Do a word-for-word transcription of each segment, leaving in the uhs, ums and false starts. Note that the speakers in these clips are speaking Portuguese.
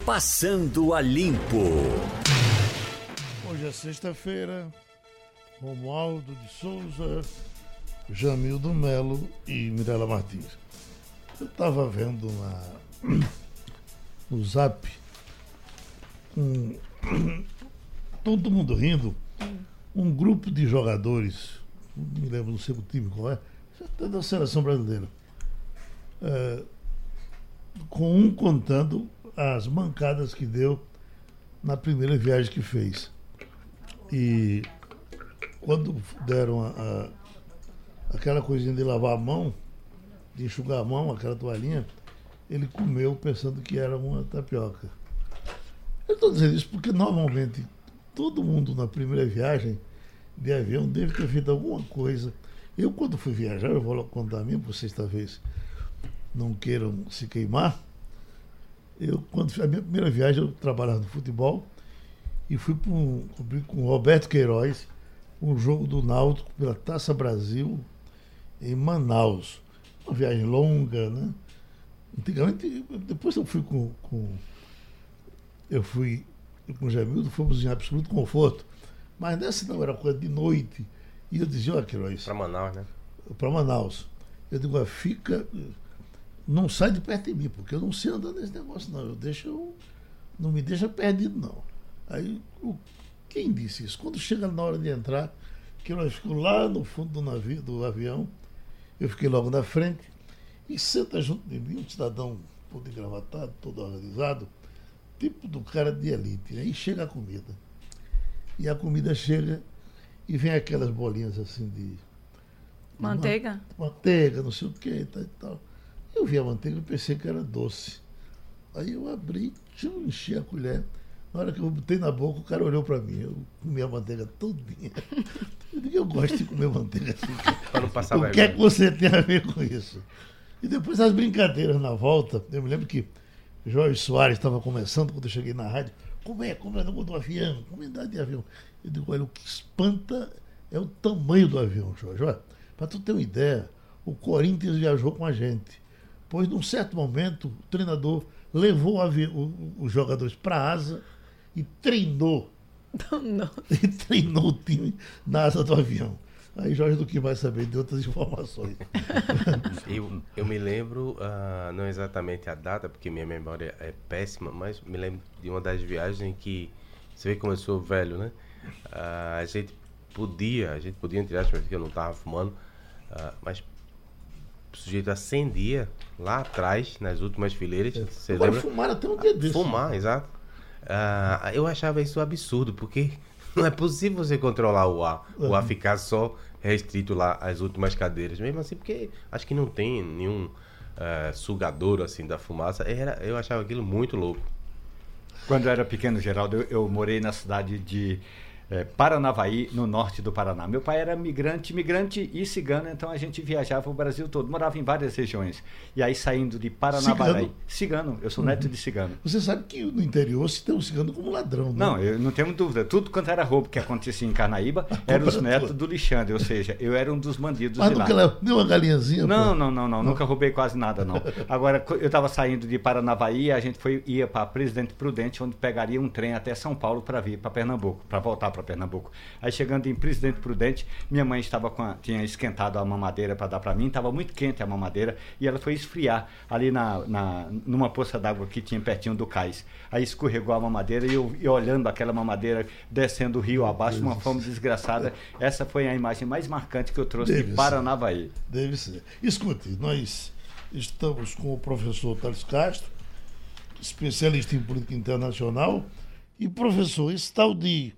Passando a Limpo. Hoje é sexta-feira. Romualdo de Souza, Jamildo Melo e Mirela Martins. Eu estava vendo na, no Zap um, todo mundo rindo, um grupo de jogadores, não me lembro, não sei o time qual é, até da seleção brasileira, é, com um contando as mancadas que deu na primeira viagem que fez. E quando deram a, a, aquela coisinha de lavar a mão, de enxugar a mão, aquela toalhinha, ele comeu pensando que era uma tapioca. Eu estou dizendo isso porque normalmente todo mundo na primeira viagem de avião deve ter feito alguma coisa. Eu, quando fui viajar, eu vou contar a minha, por sexta vez, não queiram se queimar. Eu, quando a minha primeira viagem, eu trabalhava no futebol e fui para um, cobrir com o Roberto Queiroz um jogo do Náutico pela Taça Brasil em Manaus. Uma viagem longa, né? Antigamente, depois eu fui com, com eu fui com o Jamildo, fomos em absoluto conforto. Mas nessa não era coisa de noite. E eu dizia, ó, Queiroz. Para Manaus, né? Para Manaus. Eu digo, ó, fica. Não sai de perto de mim, porque eu não sei andar nesse negócio, não. Eu deixo. Eu, não me deixa perdido, não. Aí, o, quem disse isso? Quando chega na hora de entrar, Queiroz ficou lá no fundo do navio, do avião, eu fiquei logo na frente, e senta junto de mim um cidadão todo engravatado, todo organizado, tipo do cara de elite. Aí chega a comida. E a comida chega e vem aquelas bolinhas assim de... de manteiga? Ma- manteiga, não sei o que e tal, e tal. Eu vi a manteiga e pensei que era doce. Aí eu abri, eu enchi a colher. Na hora que eu botei na boca, o cara olhou para mim. Eu comi a manteiga todinha. Eu digo, eu gosto de comer manteiga assim. Para não passar O que é que você tem a ver com isso? E depois as brincadeiras na volta. Eu me lembro que Jorge Soares estava começando, quando eu cheguei na rádio. Como é? Como é no do avião? Como é andar de avião? Eu digo, olha, o que espanta é o tamanho do avião, Jorge. Olha, para tu ter uma ideia, o Corinthians viajou com a gente. Pois, num certo momento, o treinador levou o avi- o- os jogadores para a asa e treinou. Não, não. E treinou o time na asa do avião. Aí Jorge do que vai saber de outras informações. Eu, eu me lembro, ah, não exatamente a data, porque minha memória é péssima, mas me lembro de uma das viagens em que, você vê como eu sou velho, né? Ah, a gente podia, a gente podia, entre aspas, porque eu não estava fumando, ah, mas o sujeito acendia lá atrás, nas últimas fileiras. Você Agora lembra? fumaram até um dia desse. Fumar, exato. Ah, eu achava isso absurdo, porque não é possível você controlar o ar, o ar ficar só restrito lá às últimas cadeiras, mesmo assim, porque acho que não tem nenhum ah, sugador assim da fumaça. Era, eu achava aquilo muito louco. Quando eu era pequeno, Geraldo, eu, eu morei na cidade de é, Paranavaí, no norte do Paraná. Meu pai era migrante, migrante e cigano, então a gente viajava o Brasil todo, morava em várias regiões. E aí, saindo de Paranavaí... Cigano? Cigano, eu sou neto uhum. de cigano. Você sabe que no interior se tem um cigano como ladrão, né? Não, eu não tenho dúvida. Tudo quanto era roubo que acontecia em Carnaíba, eram os netos do Lixandre, ou seja, eu era um dos bandidos Mas de nunca lá. Nem uma galinhazinha? Não, pô. não, não, não, nunca roubei quase nada, não. Agora, eu estava saindo de Paranavaí, a gente foi, ia para Presidente Prudente, onde pegaria um trem até São Paulo para vir para Pernambuco, para voltar para Pernambuco. Aí, chegando em Presidente Prudente, minha mãe estava com a, tinha esquentado a mamadeira para dar para mim, estava muito quente a mamadeira, e ela foi esfriar ali na, na, numa poça d'água que tinha pertinho do cais. Aí escorregou a mamadeira e eu e olhando aquela mamadeira descendo o rio abaixo, uma fome desgraçada. Essa foi a imagem mais marcante que eu trouxe Deve de Paranavaí. Ser. Deve ser. Escute, nós estamos com o professor Thales Castro, especialista em política internacional, e professor, esse tal de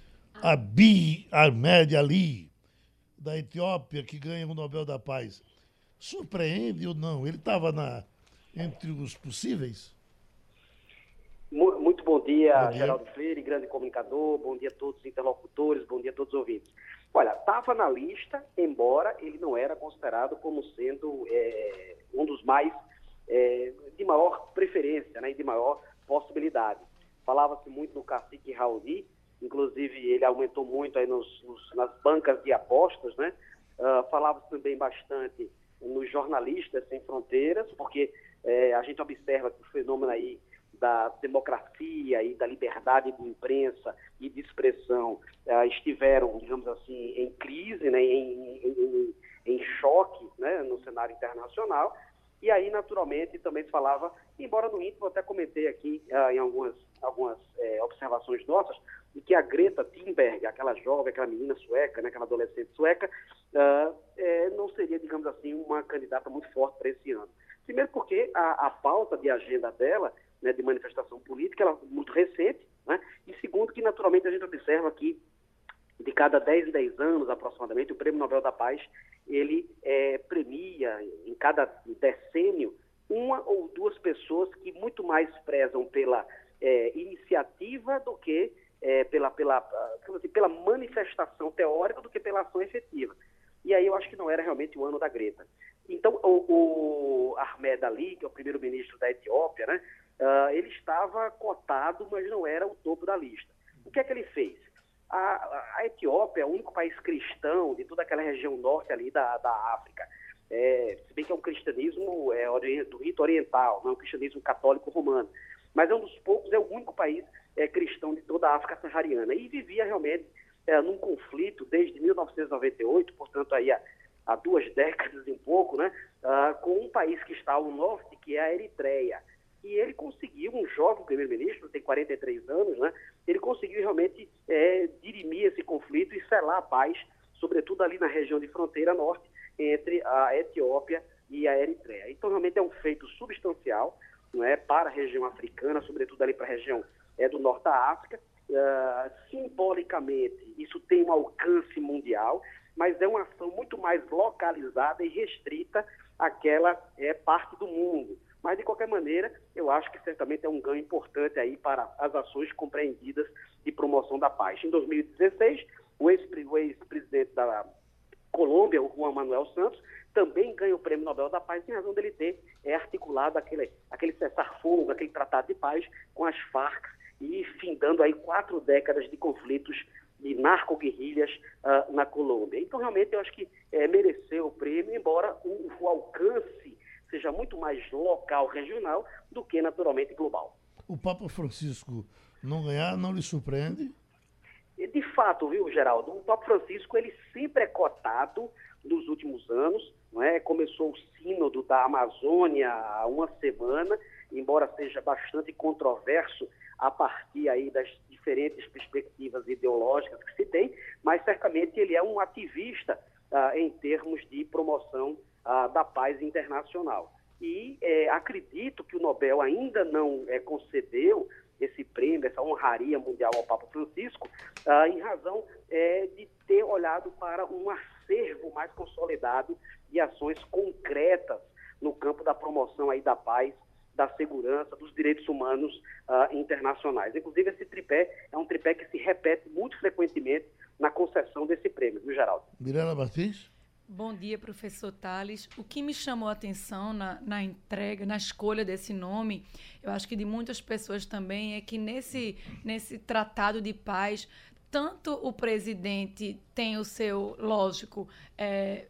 Abiy Ahmed Ali, da Etiópia, que ganha o Nobel da Paz, surpreende ou não? Ele estava na entre os possíveis? Muito bom dia, bom dia, Geraldo Freire, grande comunicador, bom dia a todos os interlocutores, bom dia a todos os ouvintes. Olha, estava na lista, embora ele não era considerado como sendo é, um dos mais, é, de maior preferência, né, e de maior possibilidade. Falava-se muito no cacique Raoni, inclusive ele aumentou muito aí nos, nos, nas bancas de apostas, né? Uh, falava-se também bastante nos jornalistas sem fronteiras, porque é, a gente observa que o fenômeno aí da democracia e da liberdade de imprensa e de expressão uh, estiveram, digamos assim, em crise, né, em, em, em choque, né, no cenário internacional. E aí, naturalmente, também se falava, embora no íntimo, eu até comentei aqui uh, em algumas, algumas eh, observações nossas, de que a Greta Thunberg, aquela jovem, aquela menina sueca, né, aquela adolescente sueca, uh, eh, não seria, digamos assim, uma candidata muito forte para esse ano. Primeiro porque a, a pauta de agenda dela, né, de manifestação política, ela é muito recente, né? E segundo que, naturalmente, a gente observa que de cada dez em dez anos, aproximadamente, o Prêmio Nobel da Paz, ele é, premia, em cada decênio, uma ou duas pessoas que muito mais prezam pela é, iniciativa do que é, pela, pela, assim, pela manifestação teórica do que pela ação efetiva. E aí eu acho que não era realmente o ano da Greta. Então, o, o Ahmed Ali, que é o primeiro-ministro da Etiópia, né, uh, ele estava cotado, mas não era o topo da lista. O que é que ele fez? A, a Etiópia é o único país cristão de toda aquela região norte ali da, da África. É, se bem que é um cristianismo é, do rito oriental, não é um cristianismo católico romano. Mas é um dos poucos, é o único país é, cristão de toda a África saariana. E vivia realmente é, num conflito desde mil novecentos e noventa e oito, portanto, aí há, há duas décadas e um pouco, né, uh, com um país que está ao norte, que é a Eritreia. E ele conseguiu, um jovem primeiro-ministro, tem quarenta e três anos, né, ele conseguiu realmente é, dirimir esse conflito e selar a paz, sobretudo ali na região de fronteira norte, entre a Etiópia e a Eritreia. Então, realmente é um feito substancial, não é, para a região africana, sobretudo ali para a região é, do norte da África. Uh, simbolicamente, isso tem um alcance mundial, mas é uma ação muito mais localizada e restrita àquela é, parte do mundo. Mas, de qualquer maneira, eu acho que certamente é um ganho importante aí para as ações compreendidas de promoção da paz. Em dois mil e dezesseis, o ex-presidente da Colômbia, o Juan Manuel Santos, também ganha o Prêmio Nobel da Paz em razão dele ter é, articulado aquele, aquele cessar-fogo, aquele tratado de paz com as Farc e findando aí quatro décadas de conflitos de narco-guerrilhas uh, na Colômbia. Então, realmente, eu acho que é, mereceu o prêmio, embora o, o alcance seja muito mais local, regional, do que naturalmente global. O Papa Francisco não ganhar não lhe surpreende? De fato, viu, Geraldo, o Papa Francisco ele sempre é cotado nos últimos anos, não é? Começou o sínodo da Amazônia há uma semana, embora seja bastante controverso a partir aí das diferentes perspectivas ideológicas que se tem, mas certamente ele é um ativista ah, em termos de promoção ah, da paz internacional. E eh, acredito que o Nobel ainda não eh, concedeu esse prêmio, essa honraria mundial ao Papa Francisco, ah, em razão eh, de ter olhado para um acervo mais consolidado de ações concretas no campo da promoção aí da paz, da segurança, dos direitos humanos uh, internacionais. Inclusive, esse tripé é um tripé que se repete muito frequentemente na concessão desse prêmio, viu, Geraldo? Mirela Martins? Bom dia, professor Tales. O que me chamou a atenção na, na entrega, na escolha desse nome, eu acho que de muitas pessoas também, é que nesse, nesse tratado de paz, tanto o presidente tem o seu, lógico, é,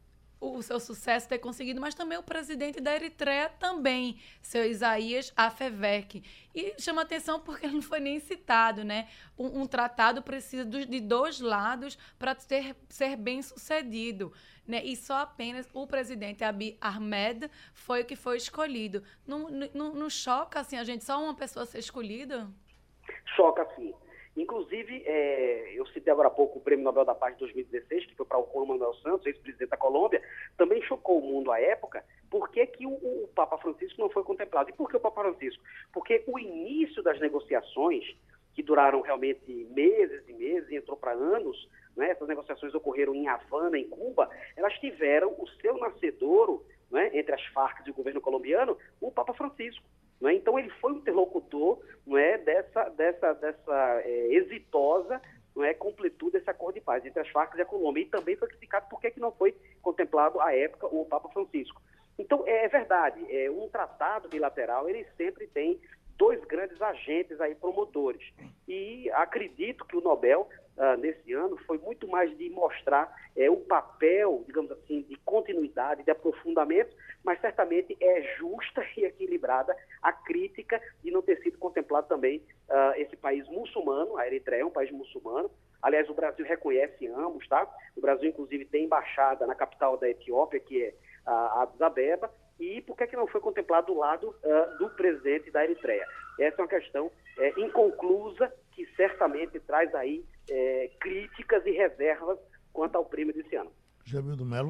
o seu sucesso ter conseguido, mas também o presidente da Eritreia também, seu Isaías Afewerki. E chama atenção porque ele não foi nem citado, né? Um, um tratado precisa de dois lados para ter, ser bem sucedido, né? E só apenas o presidente Abiy Ahmed foi o que foi escolhido. Não, não, não choca, assim, a gente, só uma pessoa ser escolhida? Choca, sim. Inclusive, é, eu citei agora há pouco o Prêmio Nobel da Paz de dois mil e dezesseis, que foi para o Juan Manuel Santos, ex-presidente da Colômbia, também chocou o mundo à época. Por que que o, o Papa Francisco não foi contemplado? E por que o Papa Francisco? Porque o início das negociações, que duraram realmente meses e meses, e entrou para anos, né, essas negociações ocorreram em Havana, em Cuba, elas tiveram o seu nascedouro, né, entre as Farc e o governo colombiano, o Papa Francisco. Não é? Então, ele foi um interlocutor, não é, dessa, dessa, dessa é, exitosa, não é, completude desse acordo de paz entre as Farc e a Colômbia. E também foi criticado por que não foi contemplado à época o Papa Francisco. Então, é, é verdade, é, um tratado bilateral, ele sempre tem dois grandes grandes agentes aí promotores. E acredito que o Nobel, uh, nesse ano, foi muito mais de mostrar é, o papel, digamos assim, de continuidade, de aprofundamento, mas certamente é justa e equilibrada a crítica de não ter sido contemplado também uh, esse país muçulmano, a Eritreia é um país muçulmano. Aliás, o Brasil reconhece ambos, tá? O Brasil, inclusive, tem embaixada na capital da Etiópia, que é a Addis Abeba. E por que, que não foi contemplado do lado uh, do presidente da Eritreia? Essa é uma questão é, inconclusa, que certamente traz aí é, críticas e reservas quanto ao prêmio desse ano. Jamildo Melo.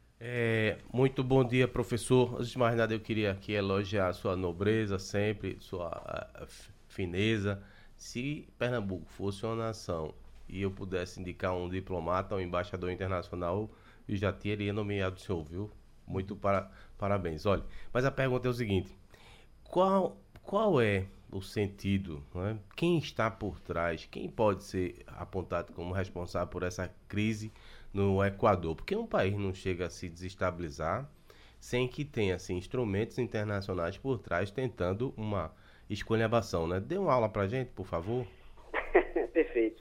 É, muito bom dia, professor. Antes de mais nada, eu queria aqui elogiar a sua nobreza sempre, sua a, a fineza. Se Pernambuco fosse uma nação e eu pudesse indicar um diplomata, um embaixador internacional, eu já teria nomeado o senhor, viu? Muito para, parabéns. Olha, mas a pergunta é o seguinte: qual, qual é o sentido, né? Quem está por trás, quem pode ser apontado como responsável por essa crise no Equador? Porque um país não chega a se desestabilizar sem que tenha assim, instrumentos internacionais por trás tentando uma esculhambação, né? Dê uma aula pra gente, por favor. Perfeito.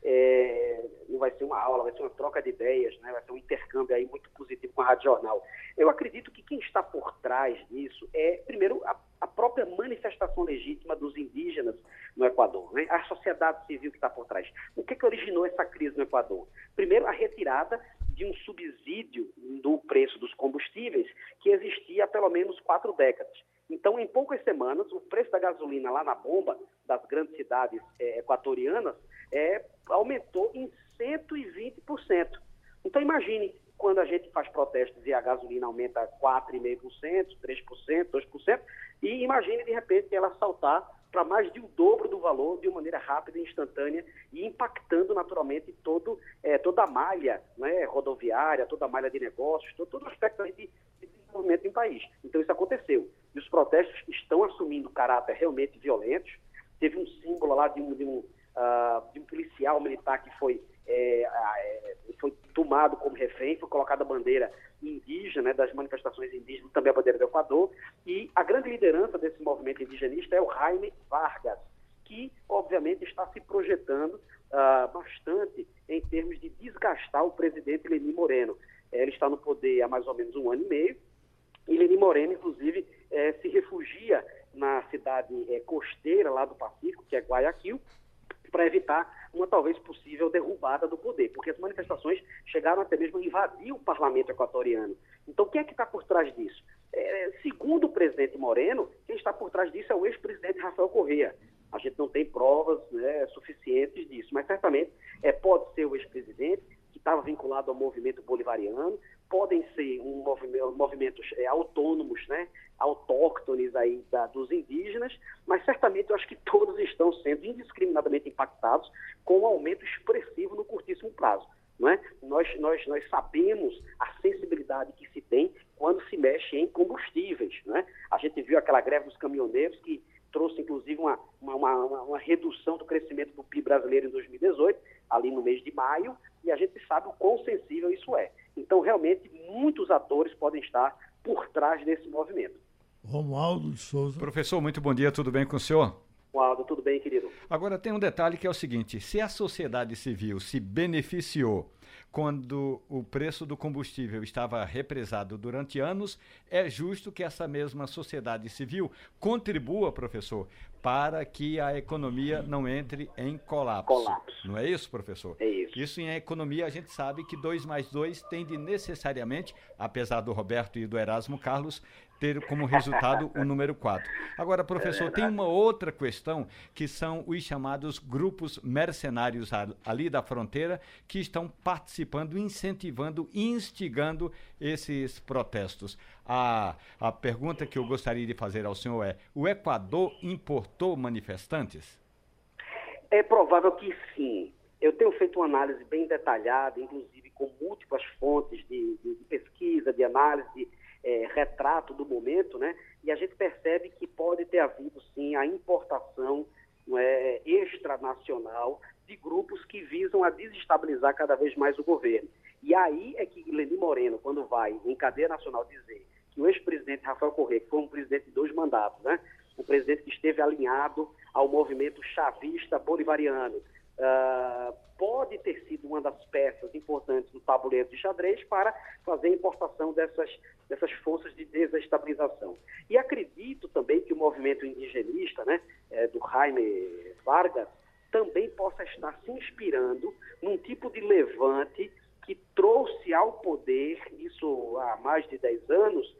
É, não vai ser uma aula, vai ser uma troca de ideias, né? Vai ser um intercâmbio aí muito positivo com a Rádio Jornal. Eu acredito que quem está por trás disso é, primeiro, a, a própria manifestação legítima dos indígenas no Equador, né? A sociedade civil que está por trás. O que, que originou essa crise no Equador? Primeiro, a retirada de um subsídio do preço dos combustíveis que existia há pelo menos quatro décadas. Então, em poucas semanas, o preço da gasolina lá na bomba das grandes cidades é, equatorianas é, aumentou em cento e vinte por cento. Então, imagine quando a gente faz protestos e a gasolina aumenta quatro vírgula cinco por cento, três por cento, dois por cento, e imagine, de repente, ela saltar para mais de o dobro do valor de uma maneira rápida e instantânea e impactando naturalmente todo, é, toda a malha, né, rodoviária, toda a malha de negócios, todo, todo o aspecto de, de desenvolvimento em país. Então isso aconteceu. E os protestos estão assumindo caráter realmente violentos. Teve um símbolo lá de um, de um, uh, de um policial militar que foi, é, é, foi tomado como refém, foi colocada a bandeira indígena, né, das manifestações indígenas, também a bandeira do Equador, e a grande liderança desse movimento indigenista é o Jaime Vargas, que obviamente está se projetando uh, bastante em termos de desgastar o presidente Lenín Moreno. Ele está no poder há mais ou menos um ano e meio, e Lenín Moreno, inclusive, eh, se refugia na cidade eh, costeira lá do Pacífico, que é Guayaquil, para evitar uma talvez possível derrubada do poder, porque as manifestações chegaram até mesmo a invadir o parlamento equatoriano. Então, quem é que está por trás disso? É, segundo o presidente Moreno, quem está por trás disso é o ex-presidente Rafael Correa. A gente não tem provas, né, suficientes disso, mas certamente é, pode ser o ex-presidente, que estava vinculado ao movimento bolivariano, podem ser um movimento, movimentos é, autônomos, né, autóctones aí da, dos indígenas, mas certamente eu acho que todos estão sendo indiscriminadamente impactados com um aumento expressivo no curtíssimo prazo. Não é? nós, nós, nós sabemos a sensibilidade que se tem quando se mexe em combustíveis. Não é? A gente viu aquela greve dos caminhoneiros que trouxe, inclusive, uma, uma, uma, uma redução do crescimento do P I B brasileiro em dois mil e dezoito, ali no mês de maio, e a gente sabe o quão sensível isso é. Então, realmente, muitos atores podem estar por trás desse movimento. Romualdo de Souza. Professor, muito bom dia, tudo bem com o senhor? Romualdo, tudo bem, querido? Agora, tem um detalhe que é o seguinte: se a sociedade civil se beneficiou quando o preço do combustível estava represado durante anos, é justo que essa mesma sociedade civil contribua, professor, para que a economia não entre em colapso. Colapso. Não é isso, professor? É isso. Isso em economia a gente sabe que dois mais dois tende necessariamente, apesar do Roberto e do Erasmo Carlos, ter como resultado o número quatro. Agora, professor, é tem uma outra questão que são os chamados grupos mercenários ali da fronteira que estão participando, incentivando, instigando esses protestos. A, a pergunta que eu gostaria de fazer ao senhor é: o Equador importou manifestantes? É provável que sim. Eu tenho feito uma análise bem detalhada, inclusive com múltiplas fontes de, de, de pesquisa, de análise, de é, retrato do momento, né? E a gente percebe que pode ter havido, sim, a importação, não é, extranacional de grupos que visam a desestabilizar cada vez mais o governo. E aí é que Lenín Moreno, quando vai em cadeia nacional dizer que o ex-presidente Rafael Correa, que foi um presidente de dois mandatos, né? Um presidente que esteve alinhado ao movimento chavista bolivariano. Uh, pode ter sido uma das peças importantes do tabuleiro de xadrez para fazer a importação dessas, dessas forças de desestabilização. E acredito também que o movimento indigenista, né, é, do Jaime Vargas, também possa estar se inspirando num tipo de levante que trouxe ao poder, isso há mais de dez anos,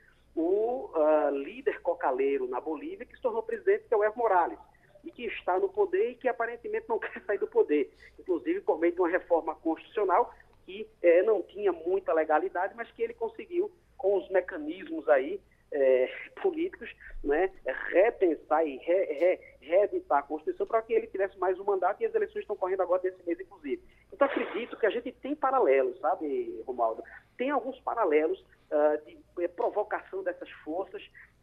o uh, líder cocaleiro na Bolívia, que se tornou presidente, que é o Evo Morales, e que está no poder e que aparentemente não quer sair do poder, inclusive por meio de uma reforma constitucional que eh, não tinha muita legalidade, mas que ele conseguiu, com os mecanismos aí eh, políticos, né, repensar e re, re, reeditar a Constituição para que ele tivesse mais um mandato, e as eleições estão correndo agora desse mês, inclusive. Então, acredito que a gente tem paralelos, sabe, Romualdo? Tem alguns paralelos uh, de eh, provocação dessas forças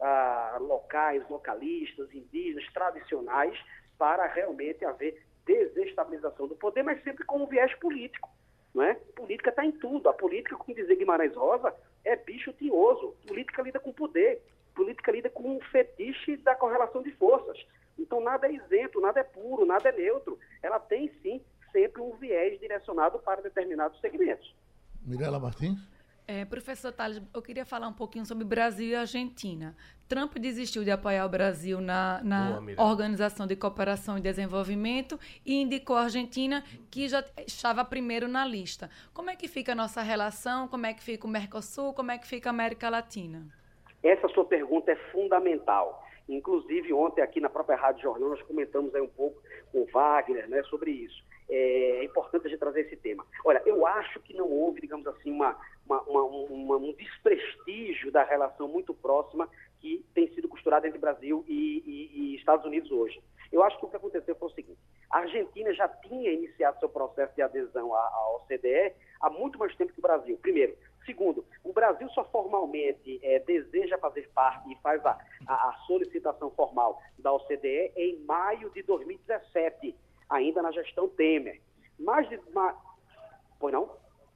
uh, locais, localistas, indígenas, tradicionais, para realmente haver desestabilização do poder, mas sempre com um viés político. Não é? Política está em tudo. A política, como dizia Guimarães Rosa, é bicho tinhoso. Política lida com poder. Política lida com um fetiche da correlação de forças. Então, nada é isento, nada é puro, nada é neutro. Ela tem, sim, sempre um viés direcionado para determinados segmentos. Mirela Martins? É, professor Tales, eu queria falar um pouquinho sobre Brasil e Argentina. Trump desistiu de apoiar o Brasil na, na Boa, Organização de Cooperação e Desenvolvimento e indicou a Argentina, que já estava primeiro na lista. Como é que fica a nossa relação? Como é que fica o Mercosul? Como é que fica a América Latina? Essa sua pergunta é fundamental. Inclusive, ontem aqui na própria Rádio Jornal, nós comentamos aí um pouco com o Wagner, né, sobre isso. É importante a gente trazer esse tema. Olha, eu acho que não houve, digamos assim, uma, uma, uma, uma, um desprestígio da relação muito próxima que tem sido costurada entre Brasil e, e, e Estados Unidos hoje. Eu acho que o que aconteceu foi o seguinte: a Argentina já tinha iniciado seu processo de adesão à, à O C D E há muito mais tempo que o Brasil, primeiro. Segundo, o Brasil só formalmente é, deseja fazer parte e faz a, a, a solicitação formal da O C D E em maio de dois mil e dezessete, ainda na gestão Temer. Mais de, ma... Pois não?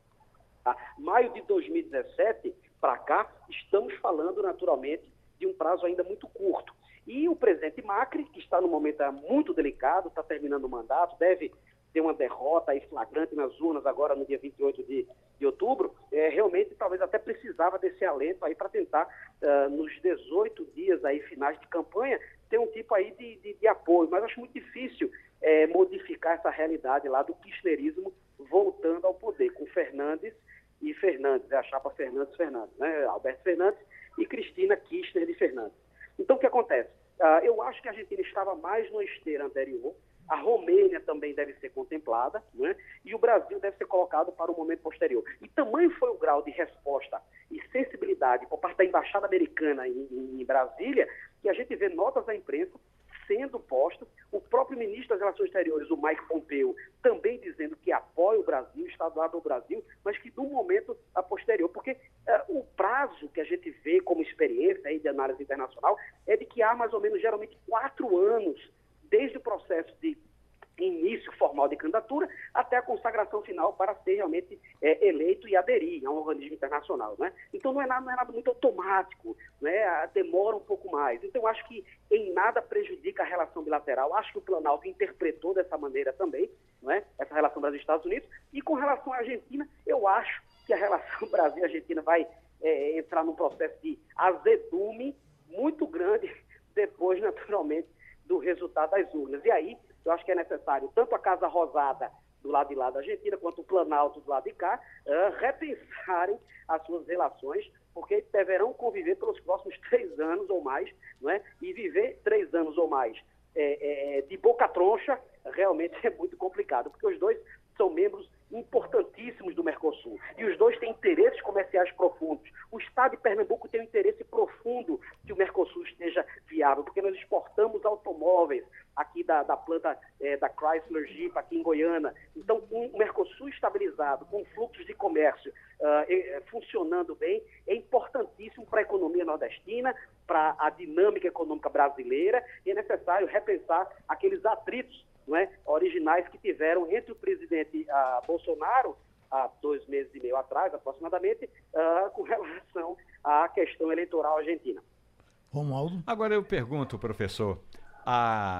Ah, maio de dois mil e dezessete para cá, estamos falando naturalmente de um prazo ainda muito curto. E o presidente Macri, que está num momento muito delicado, está terminando o mandato, deve ter uma derrota aí flagrante nas urnas agora no dia vinte e oito de, de outubro, é, realmente talvez até precisava desse alento aí para tentar, uh, nos dezoito dias aí finais de campanha, ter um tipo aí de, de, de apoio. Mas acho muito difícil é, modificar essa realidade lá do kirchnerismo voltando ao poder, com Fernandes e Fernandes, é a chapa Fernandes-Fernandes, né? Alberto Fernandes e Cristina Kirchner de Fernandes. Então, o que acontece? Uh, eu acho que a Argentina estava mais no esteira anterior, a Romênia também deve ser contemplada, né? E o Brasil deve ser colocado para o momento posterior. E tamanho foi o grau de resposta e sensibilidade por parte da Embaixada Americana em, em Brasília, que a gente vê notas da imprensa sendo postas, o próprio ministro das Relações Exteriores, o Mike Pompeo, também dizendo que apoia o Brasil, está do lado do Brasil, mas que do momento a posterior, porque uh, o prazo que a gente vê como experiência aí de análise internacional é de que há mais ou menos, geralmente, quatro anos desde o processo de início formal de candidatura até a consagração final para ser realmente é, eleito e aderir a um organismo internacional, né? Então não é nada, não é nada muito automático, né? Demora um pouco mais. Então eu acho que em nada prejudica a relação bilateral. Acho que o Planalto interpretou dessa maneira também, né? Essa relação Brasil-Estados Unidos. E com relação à Argentina, eu acho que a relação Brasil-Argentina vai é, entrar num processo de azedume muito grande depois, naturalmente, do resultado das urnas. E aí, eu acho que é necessário tanto a Casa Rosada do lado de lá da Argentina, quanto o Planalto do lado de cá, uh, repensarem as suas relações, porque deverão conviver pelos próximos três anos ou mais, não é? E viver três anos ou mais é, é, de boca troncha realmente é muito complicado, porque os dois são membros importantíssimos do Mercosul. E os dois têm interesses comerciais profundos. O Estado de Pernambuco tem um interesse profundo que o Mercosul esteja viável, porque nós exportamos automóveis aqui da, da planta é, da Chrysler Jeep aqui em Goiânia. Então, com o Mercosul estabilizado, com fluxos de comércio uh, é, funcionando bem, é importantíssimo para a economia nordestina, para a dinâmica econômica brasileira, e é necessário repensar aqueles atritos, não é, originais que tiveram entre o presidente uh, Bolsonaro, há dois meses e meio atrás, aproximadamente, uh, com relação à questão eleitoral argentina. Romualdo? Agora eu pergunto, professor, a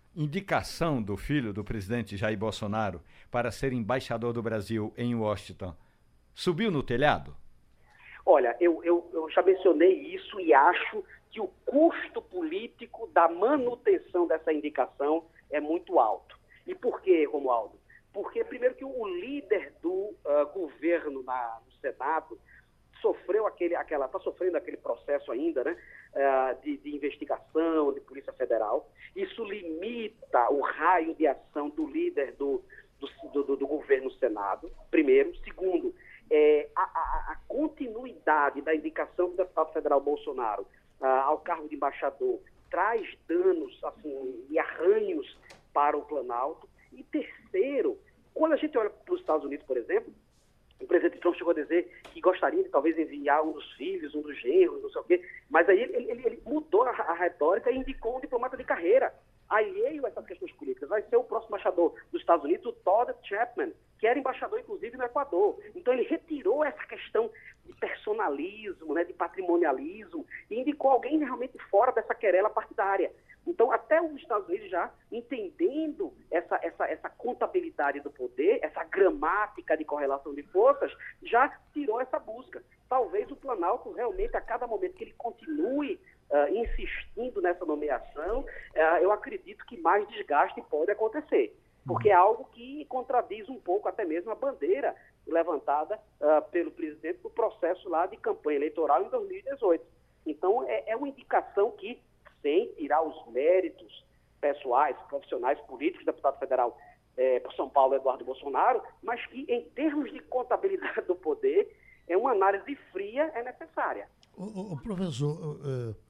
indicação do filho do presidente Jair Bolsonaro para ser embaixador do Brasil em Washington subiu no telhado? Olha, eu, eu, eu já mencionei isso e acho que o custo político da manutenção dessa indicação é muito alto. E por quê, Romualdo? Porque, primeiro, que o líder do uh, governo na, no Senado sofreu aquele, aquela, está sofrendo aquele processo ainda, né, uh, de, de investigação, de Polícia Federal. Isso limita o raio de ação do líder do, do, do, do governo no Senado, primeiro. Segundo, é, a, a, a continuidade da indicação do deputado federal Bolsonaro uh, ao cargo de embaixador traz danos assim, e arranhos para o Planalto. E terceiro, quando a gente olha para os Estados Unidos, por exemplo, o presidente Trump chegou a dizer que gostaria de talvez enviar um dos filhos, um dos genros, não sei o quê, mas aí ele, ele, ele mudou a, a retórica e indicou um diplomata de carreira, alheio a essas questões políticas. Vai ser o próximo embaixador dos Estados Unidos, o Todd Chapman, que era embaixador, inclusive, no Equador. Então, ele retirou essa questão de personalismo, né, de patrimonialismo, e indicou alguém realmente fora dessa querela partidária. Então, até os Estados Unidos já entendendo essa, essa, essa contabilidade do poder, essa gramática de correlação de forças, já tirou essa busca. Talvez o Planalto realmente, a cada momento que ele continue uh, insistindo nessa nomeação, uh, eu acredito que mais desgaste pode acontecer. Porque é algo que contradiz um pouco até mesmo a bandeira levantada uh, pelo presidente no processo lá de campanha eleitoral em dois mil e dezoito. Então, é, é uma indicação que, sem tirar os méritos pessoais, profissionais, políticos do deputado federal eh, por São Paulo, Eduardo Bolsonaro, mas que, em termos de contabilidade do poder, é uma análise fria é necessária. O, o professor,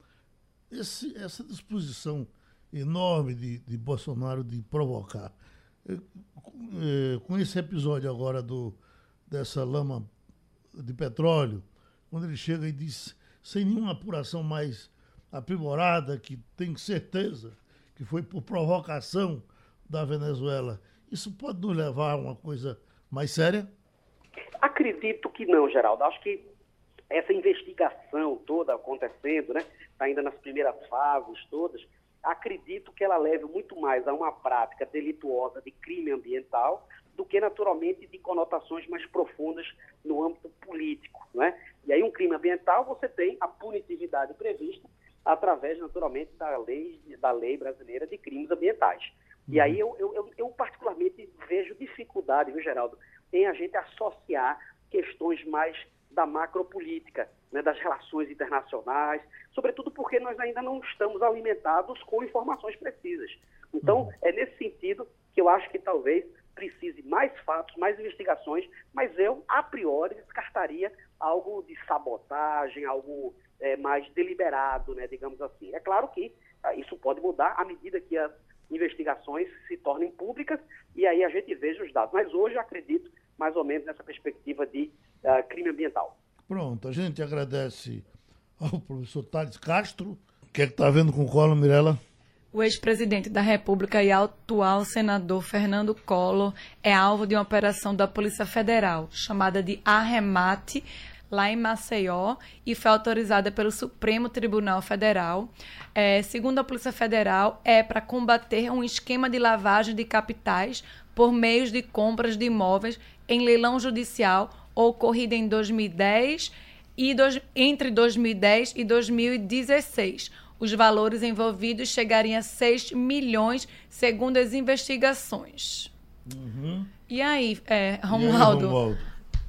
esse, essa disposição enorme de, de Bolsonaro de provocar, com esse episódio agora do, dessa lama de petróleo, quando ele chega e diz, sem nenhuma apuração mais aprimorada, que tem certeza que foi por provocação da Venezuela, isso pode nos levar a uma coisa mais séria? Acredito que não, Geraldo. Acho que essa investigação toda acontecendo, né, está ainda nas primeiras fases todas, acredito que ela leve muito mais a uma prática delituosa de crime ambiental do que, naturalmente, de conotações mais profundas no âmbito político, né? E aí, um crime ambiental, você tem a punitividade prevista através, naturalmente, da lei, da lei brasileira de crimes ambientais. E aí, eu, eu, eu particularmente vejo dificuldade, viu, Geraldo, em a gente associar questões mais da macropolítica, né, das relações internacionais, sobretudo porque nós ainda não estamos alimentados com informações precisas. Então, uhum. é nesse sentido que eu acho que talvez precise mais fatos, mais investigações, mas eu, a priori, descartaria algo de sabotagem, algo é, mais deliberado, né, digamos assim. É claro que ah, isso pode mudar à medida que as investigações se tornem públicas e aí a gente veja os dados. Mas hoje eu acredito mais ou menos nessa perspectiva de uh, crime ambiental. Pronto, a gente agradece ao professor Thales Castro. O que é que está vendo com o Collor, Mirella? O ex-presidente da República e atual senador Fernando Collor é alvo de uma operação da Polícia Federal, chamada de Arremate, lá em Maceió, e foi autorizada pelo Supremo Tribunal Federal. É, segundo a Polícia Federal, é para combater um esquema de lavagem de capitais por meios de compras de imóveis em leilão judicial ocorrido em dois mil e dez e dois, entre dois mil e dez e dois mil e dezesseis. Os valores envolvidos chegariam a seis milhões, segundo as investigações. Uhum. E aí, é, Romualdo? E aí, Romualdo?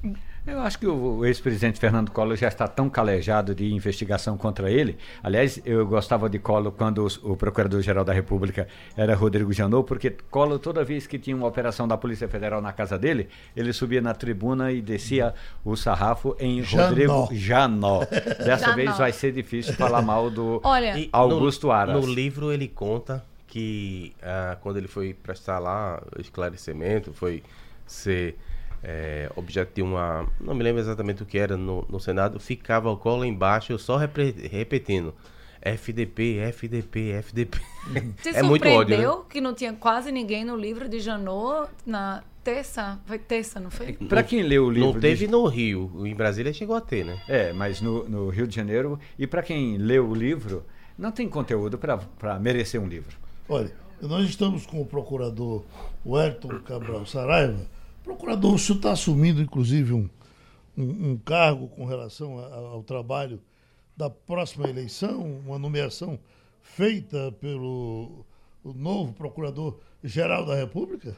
Eu acho que o ex-presidente Fernando Collor já está tão calejado de investigação contra ele. Aliás, eu gostava de Collor quando o Procurador-Geral da República era Rodrigo Janot, porque Collor, toda vez que tinha uma operação da Polícia Federal na casa dele, ele subia na tribuna e descia o sarrafo em Janot. Rodrigo Janot. Dessa Janot. vez vai ser difícil falar mal do Olha, Augusto no, Aras. No livro ele conta que ah, quando ele foi prestar lá o esclarecimento, foi ser... É, objeto de uma... Não me lembro exatamente o que era no, no Senado. Ficava o Collor embaixo, só repre, repetindo F D P, F D P, F D P. Te É muito ódio, surpreendeu né? que não tinha quase ninguém no livro de Janot na terça? Foi terça, não foi? Para quem leu o livro... Não teve de... no Rio. Em Brasília chegou a ter, né? É, mas no, no Rio de Janeiro. E para quem leu o livro, não tem conteúdo para merecer um livro. Olha, Nós estamos com o procurador Wellington Cabral Saraiva. Procurador, o senhor está assumindo, inclusive, um, um, um cargo com relação a, ao trabalho da próxima eleição, uma nomeação feita pelo o novo Procurador-Geral da República?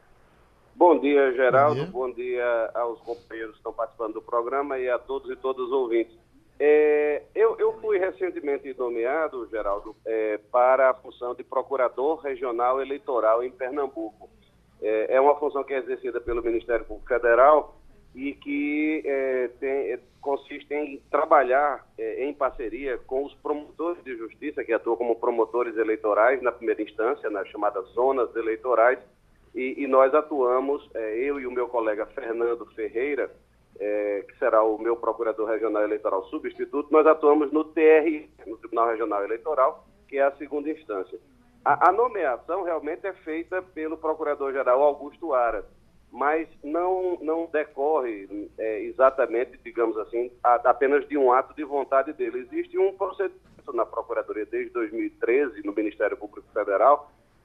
Bom dia, Geraldo. Bom dia. Bom dia aos companheiros que estão participando do programa e a todos e todas os ouvintes. É, eu, eu fui recentemente nomeado, Geraldo, é, para a função de Procurador Regional Eleitoral em Pernambuco. É, é uma função que é exercida pelo Ministério Público Federal e que é, tem, consiste em trabalhar é, em parceria com os promotores de justiça, que atuam como promotores eleitorais na primeira instância, nas chamadas zonas eleitorais, e, e nós atuamos, é, eu e o meu colega Fernando Ferreira, É, que será o meu procurador regional eleitoral substituto, nós atuamos no T R E, no Tribunal Regional Eleitoral, que é a segunda instância. A, a nomeação realmente é feita pelo procurador-geral Augusto Aras, mas não, não decorre é, exatamente, digamos assim, a, apenas de um ato de vontade dele. Existe um procedimento na Procuradoria desde dois mil e treze, no Ministério Público Federal,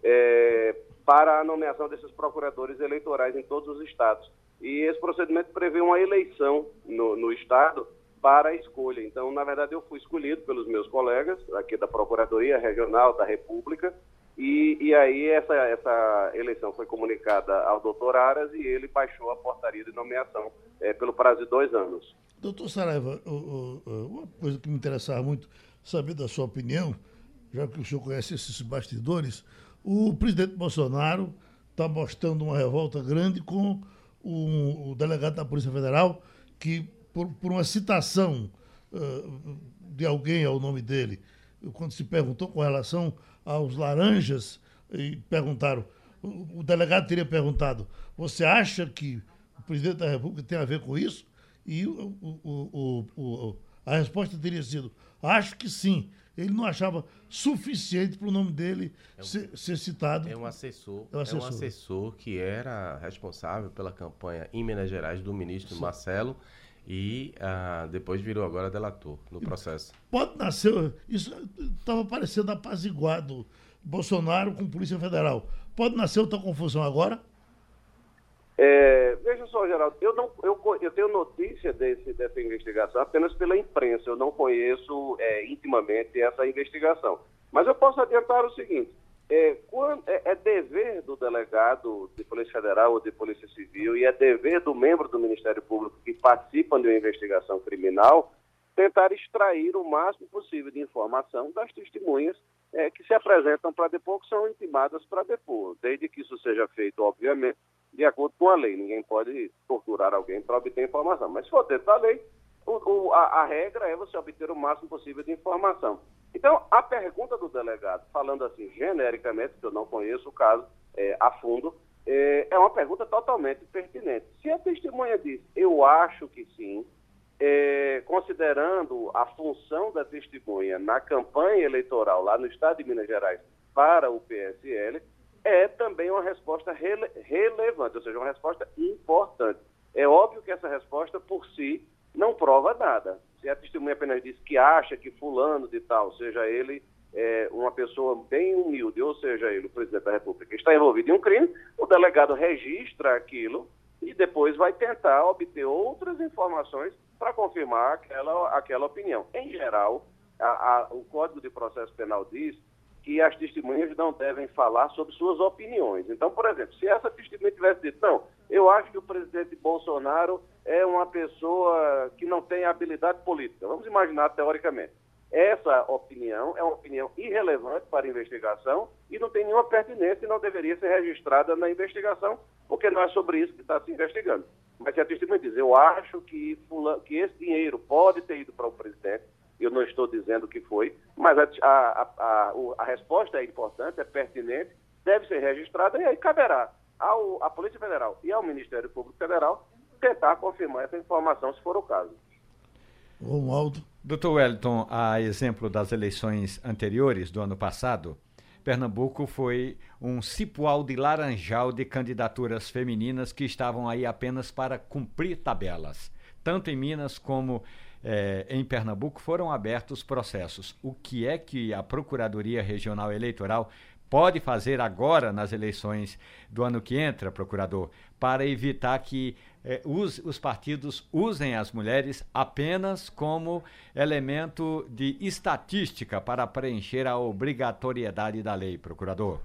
é, para a nomeação desses procuradores eleitorais em todos os estados. E esse procedimento prevê uma eleição no, no Estado para a escolha. Então, na verdade, eu fui escolhido pelos meus colegas aqui da Procuradoria Regional da República e, e aí essa, essa eleição foi comunicada ao doutor Aras e ele baixou a portaria de nomeação é, pelo prazo de dois anos. Doutor Saraiva, uma coisa que me interessava muito saber da sua opinião, já que o senhor conhece esses bastidores, o presidente Bolsonaro está mostrando uma revolta grande com o, o delegado da Polícia Federal, que por, por uma citação uh, de alguém ao nome dele, quando se perguntou com relação aos laranjas, e perguntaram, o, o delegado teria perguntado, você acha que o presidente da República tem a ver com isso? E o, o, o, o, a resposta teria sido, acho que sim. Ele não achava suficiente para o nome dele é um, ser, ser citado. É um assessor, é um assessor. É um assessor que era responsável pela campanha em Minas Gerais do ministro sim. Marcelo e ah, depois virou agora delator no processo. Pode nascer, isso estava parecendo apaziguado, Bolsonaro com Polícia Federal. Pode nascer outra confusão agora? É, veja só, Geraldo, eu, não, eu, eu tenho notícia desse, dessa investigação apenas pela imprensa, eu não conheço é, intimamente essa investigação. Mas eu posso adiantar o seguinte, é, quando, é, é dever do delegado de Polícia Federal ou de Polícia Civil e é dever do membro do Ministério Público que participam de uma investigação criminal tentar extrair o máximo possível de informação das testemunhas é, que se apresentam para depor, que são intimadas para depor, desde que isso seja feito, obviamente, de acordo com a lei. Ninguém pode torturar alguém para obter informação. Mas se for dentro da lei, o, o, a, a regra é você obter o máximo possível de informação. Então, a pergunta do delegado, falando assim genericamente, que eu não conheço o caso é, a fundo, é, é uma pergunta totalmente pertinente. Se a testemunha diz, eu acho que sim, é, considerando a função da testemunha na campanha eleitoral lá no estado de Minas Gerais para o P S L, é também uma resposta rele- relevante, ou seja, uma resposta importante. É óbvio que essa resposta, por si, não prova nada. Se a testemunha apenas diz que acha que fulano de tal, seja ele é, uma pessoa bem humilde, ou seja ele o presidente da República, está envolvido em um crime, o delegado registra aquilo e depois vai tentar obter outras informações para confirmar aquela, aquela opinião. Em geral, a, a, o Código de Processo Penal diz que as testemunhas não devem falar sobre suas opiniões. Então, por exemplo, se essa testemunha tivesse dito, não, eu acho que o presidente Bolsonaro é uma pessoa que não tem habilidade política, vamos imaginar teoricamente. Essa opinião é uma opinião irrelevante para a investigação e não tem nenhuma pertinência e não deveria ser registrada na investigação, porque não é sobre isso que está se investigando. Mas se a testemunha diz, eu acho que, fulano, que esse dinheiro pode ter ido para o presidente, eu não estou dizendo que foi, mas a, a, a, a resposta é importante, é pertinente, deve ser registrada e aí caberá ao, à Polícia Federal e ao Ministério Público Federal tentar confirmar essa informação, se for o caso. Romualdo. doutor Wellington, a exemplo das eleições anteriores do ano passado, Pernambuco foi um cipoal de laranjal de candidaturas femininas que estavam aí apenas para cumprir tabelas. Tanto em Minas como eh, em Pernambuco foram abertos processos. O que é que a Procuradoria Regional Eleitoral pode fazer agora nas eleições do ano que entra, procurador, para evitar que eh, os, os partidos usem as mulheres apenas como elemento de estatística para preencher a obrigatoriedade da lei, procurador?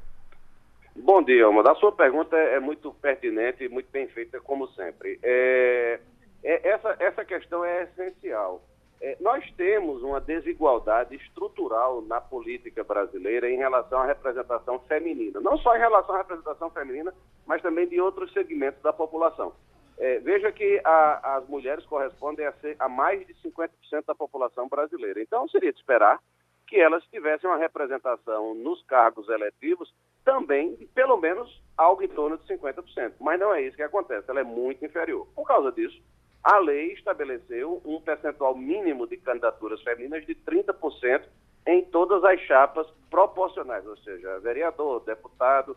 Bom dia, Alma. A sua pergunta é muito pertinente e muito bem feita, como sempre. É, é, essa, essa questão é essencial. É, nós temos uma desigualdade estrutural na política brasileira em relação à representação feminina. Não só em relação à representação feminina, mas também de outros segmentos da população. É, veja que a, as mulheres correspondem a, ser, a mais de cinquenta por cento da população brasileira. Então, seria de esperar que elas tivessem uma representação nos cargos eletivos também de pelo menos algo em torno de cinquenta por cento. Mas não é isso que acontece, ela é muito inferior. Por causa disso, a lei estabeleceu um percentual mínimo de candidaturas femininas de trinta por cento em todas as chapas proporcionais, ou seja, vereador, deputado,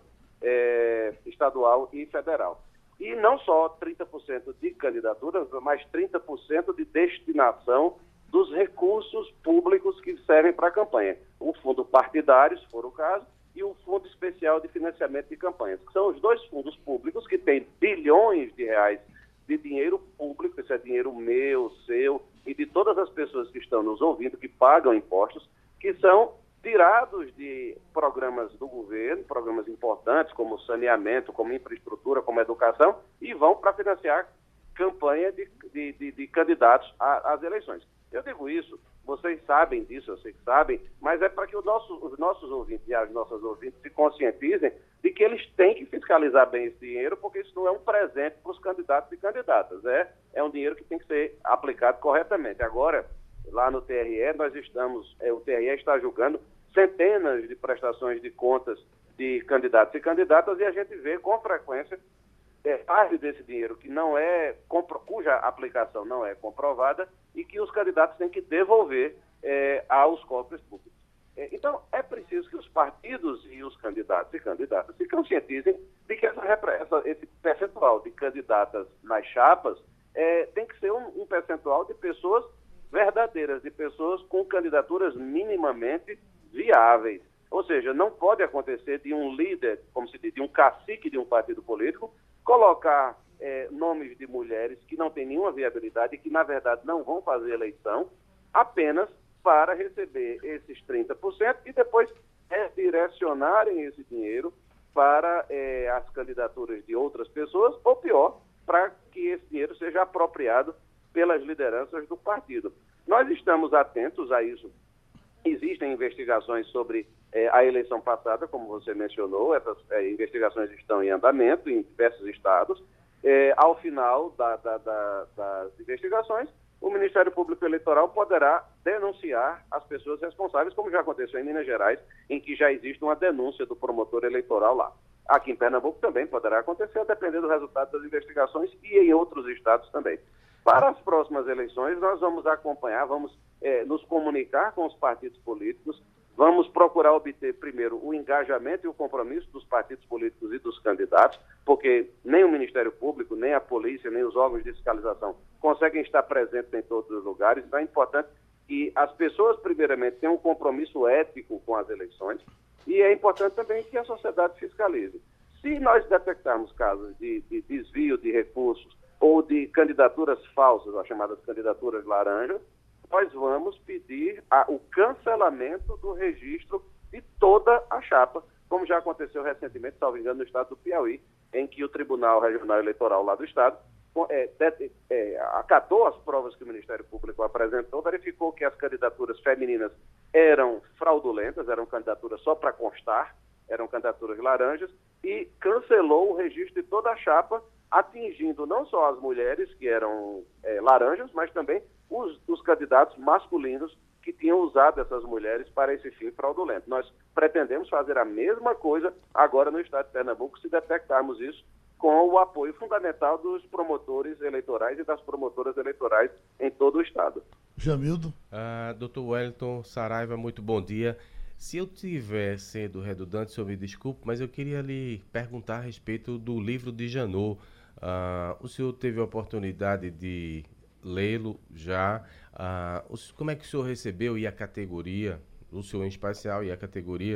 é, estadual e federal. E não só trinta por cento de candidaturas, mas trinta por cento de destinação dos recursos públicos que servem para a campanha. O fundo partidário, se for o caso, e o Fundo Especial de Financiamento de Campanhas, que são os dois fundos públicos que têm bilhões de reais de dinheiro público, isso é dinheiro meu, seu e de todas as pessoas que estão nos ouvindo, que pagam impostos, que são tirados de programas do governo, programas importantes como saneamento, como infraestrutura, como educação, e vão para financiar campanha de, de, de, de candidatos às eleições. Eu digo isso, vocês sabem disso, eu sei que sabem, mas é para que o nosso, os nossos ouvintes e as nossas ouvintes se conscientizem de que eles têm que fiscalizar bem esse dinheiro, porque isso não é um presente para os candidatos e candidatas, é, é um dinheiro que tem que ser aplicado corretamente. Agora, lá no T R E, nós estamos, é, o T R E está julgando centenas de prestações de contas de candidatos e candidatas, e a gente vê com frequência é, parte desse dinheiro que não é, cuja aplicação não é comprovada e que os candidatos têm que devolver é, aos cofres públicos. É, então, é preciso que os partidos e os candidatos e candidatas se conscientizem de que essa, essa, esse percentual de candidatas nas chapas é, tem que ser um, um percentual de pessoas verdadeiras, de pessoas com candidaturas minimamente viáveis. Ou seja, não pode acontecer de um líder, como se diz, de um cacique de um partido político, colocar é, nomes de mulheres que não têm nenhuma viabilidade e que, na verdade, não vão fazer eleição apenas para receber esses trinta por cento e depois redirecionarem esse dinheiro para é, as candidaturas de outras pessoas, ou pior, para que esse dinheiro seja apropriado pelas lideranças do partido. Nós estamos atentos a isso. Existem investigações sobre eh, a eleição passada, como você mencionou, essas eh, investigações estão em andamento em diversos estados. Eh, ao final da, da, da, das investigações, o Ministério Público Eleitoral poderá denunciar as pessoas responsáveis, como já aconteceu em Minas Gerais, em que já existe uma denúncia do promotor eleitoral lá. Aqui em Pernambuco também poderá acontecer, a depender do resultado das investigações, e em outros estados também. Para as próximas eleições, nós vamos acompanhar, vamos eh, nos comunicar com os partidos políticos, vamos procurar obter, primeiro, o engajamento e o compromisso dos partidos políticos e dos candidatos, porque nem o Ministério Público, nem a polícia, nem os órgãos de fiscalização conseguem estar presentes em todos os lugares. Então é importante que as pessoas, primeiramente, tenham um compromisso ético com as eleições, e é importante também que a sociedade fiscalize. Se nós detectarmos casos de, de desvio de recursos ou de candidaturas falsas, as chamadas candidaturas laranjas, nós vamos pedir a, o cancelamento do registro de toda a chapa, como já aconteceu recentemente, salvo engano, no estado do Piauí, em que o Tribunal Regional Eleitoral lá do estado é, de, é, acatou as provas que o Ministério Público apresentou, verificou que as candidaturas femininas eram fraudulentas, eram candidaturas só para constar, eram candidaturas laranjas, e cancelou o registro de toda a chapa, atingindo não só as mulheres que eram é, laranjas, mas também os, os candidatos masculinos que tinham usado essas mulheres para esse fim fraudulento. Nós pretendemos fazer a mesma coisa agora no estado de Pernambuco, se detectarmos isso, com o apoio fundamental dos promotores eleitorais e das promotoras eleitorais em todo o estado. Jamildo. Ah, doutor Wellington Saraiva, muito bom dia. Se eu estiver sendo redundante, senhor me desculpe, mas eu queria lhe perguntar a respeito do livro de Janot. Uh, o senhor teve a oportunidade de lê-lo já. Uh, como é que o senhor recebeu e a categoria, o senhor em especial e a categoria,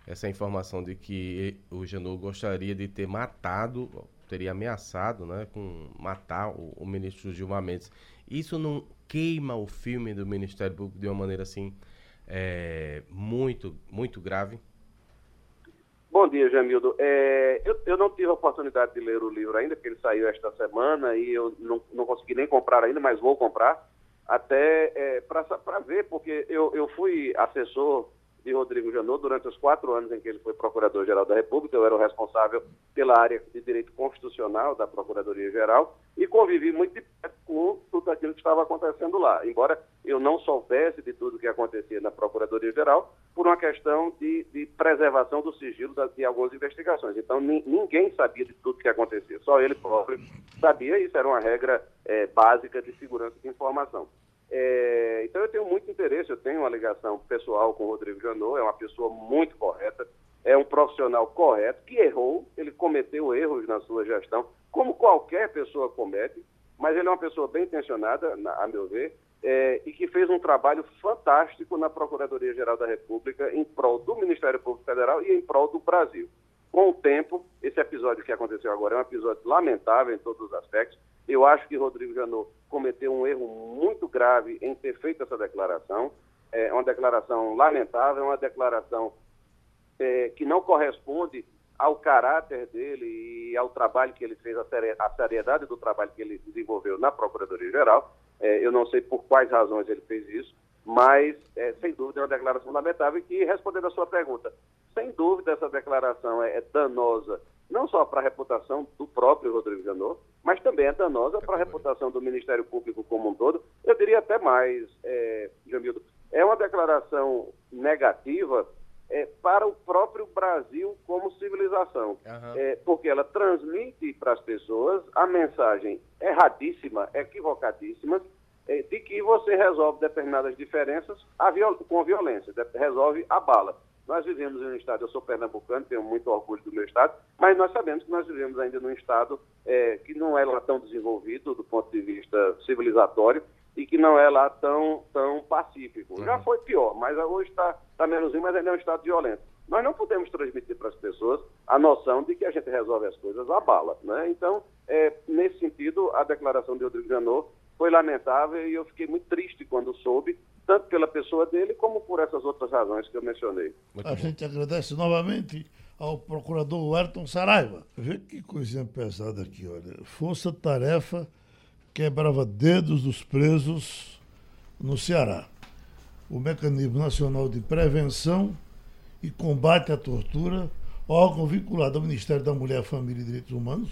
essa informação de que o Janot gostaria de ter matado, teria ameaçado, né, com matar o, o ministro Gilmar Mendes. Isso não queima o filme do Ministério Público de uma maneira assim é, muito, muito grave? Bom dia, Jamildo. É, eu, eu não tive a oportunidade de ler o livro ainda, porque ele saiu esta semana e eu não, não consegui nem comprar ainda, mas vou comprar, até é, para ver, porque eu, eu fui assessor de Rodrigo Janot durante os quatro anos em que ele foi Procurador-Geral da República. Eu era o responsável pela área de Direito Constitucional da Procuradoria-Geral e convivi muito de perto com tudo aquilo que estava acontecendo lá, embora eu não soubesse de tudo o que acontecia na Procuradoria-Geral por uma questão de, de preservação do sigilo da, de algumas investigações. Então, ni, ninguém sabia de tudo que acontecia, só ele próprio sabia, e isso era uma regra é, básica de segurança de informação. É, então eu tenho muito interesse, eu tenho uma ligação pessoal com o Rodrigo Janot, é uma pessoa muito correta, é um profissional correto, que errou, ele cometeu erros na sua gestão, como qualquer pessoa comete, mas ele é uma pessoa bem intencionada, na, a meu ver, é, e que fez um trabalho fantástico na Procuradoria-Geral da República em prol do Ministério Público Federal e em prol do Brasil. Com o tempo, esse episódio que aconteceu agora é um episódio lamentável em todos os aspectos. Eu acho que Rodrigo Janot cometeu um erro muito grave em ter feito essa declaração. É uma declaração lamentável, uma declaração é, que não corresponde ao caráter dele e ao trabalho que ele fez, a seriedade do trabalho que ele desenvolveu na Procuradoria-Geral. É, eu não sei por quais razões ele fez isso, mas, é, sem dúvida, é uma declaração lamentável. E, respondendo a sua pergunta, sem dúvida essa declaração é, é danosa, não só para a reputação do próprio Rodrigo Janot, mas também é danosa para a reputação do Ministério Público como um todo. Eu diria até mais, é, Jamildo, é uma declaração negativa é, para o próprio Brasil como civilização, uhum. é, porque ela transmite para as pessoas a mensagem erradíssima, equivocadíssima, é, de que você resolve determinadas diferenças a viol- com violência, resolve a bala. Nós vivemos em um estado, eu sou pernambucano, tenho muito orgulho do meu estado, mas nós sabemos que nós vivemos ainda num estado é, que não é lá tão desenvolvido do ponto de vista civilizatório e que não é lá tão, tão pacífico. Uhum. Já foi pior, mas hoje está tá menorzinho, mas ainda é um estado violento. Nós não podemos transmitir para as pessoas a noção de que a gente resolve as coisas à bala, né? Então, é, nesse sentido, a declaração de Rodrigo Janot foi lamentável e eu fiquei muito triste quando soube, tanto pela pessoa dele como por essas outras razões que eu mencionei. A gente agradece novamente ao procurador Ayrton Saraiva. Vê que coisinha pesada aqui, olha. Força-tarefa quebrava dedos dos presos no Ceará. O Mecanismo Nacional de Prevenção e Combate à Tortura, órgão vinculado ao Ministério da Mulher, Família e Direitos Humanos,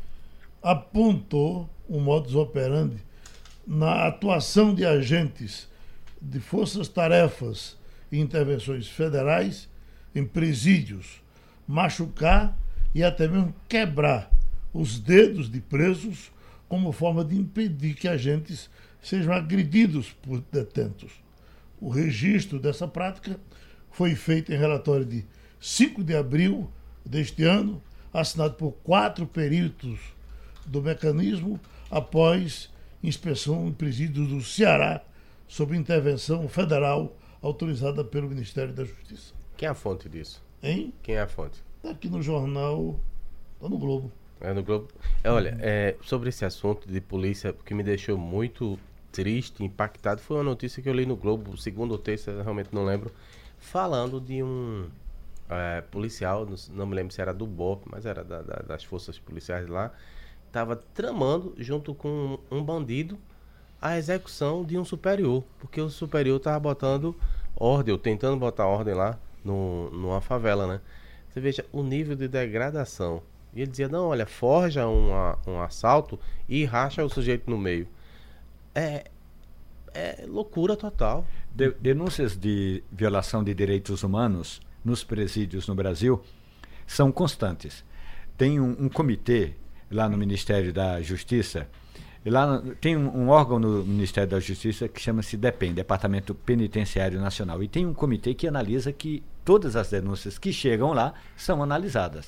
apontou um modus operandi na atuação de agentes de forças-tarefas e intervenções federais em presídios, machucar e até mesmo quebrar os dedos de presos como forma de impedir que agentes sejam agredidos por detentos. O registro dessa prática foi feito em relatório de cinco de abril deste ano, assinado por quatro peritos do mecanismo, após inspeção em presídios do Ceará, sob intervenção federal autorizada pelo Ministério da Justiça. Quem é a fonte disso? Hein? Quem é a fonte? Está aqui no jornal, está no Globo. É no Globo. É, olha, é, sobre esse assunto de polícia, o que me deixou muito triste, impactado, foi uma notícia que eu li no Globo, segunda ou terça, realmente não lembro, falando de um é, policial, não, não me lembro se era do B O P, mas era da, da, das forças policiais lá, estava tramando, junto com um bandido, a execução de um superior, porque o superior estava botando ordem, ou tentando botar ordem lá no, numa favela, né? Você veja o nível de degradação. E ele dizia, não, olha, forja um, um assalto e racha o sujeito no meio. É, é loucura total. De, denúncias de violação de direitos humanos nos presídios no Brasil são constantes. Tem um, um comitê lá no Ministério da Justiça, e lá tem um, um órgão no Ministério da Justiça que chama-se DEPEN, Departamento Penitenciário Nacional, e tem um comitê que analisa que todas as denúncias que chegam lá são analisadas.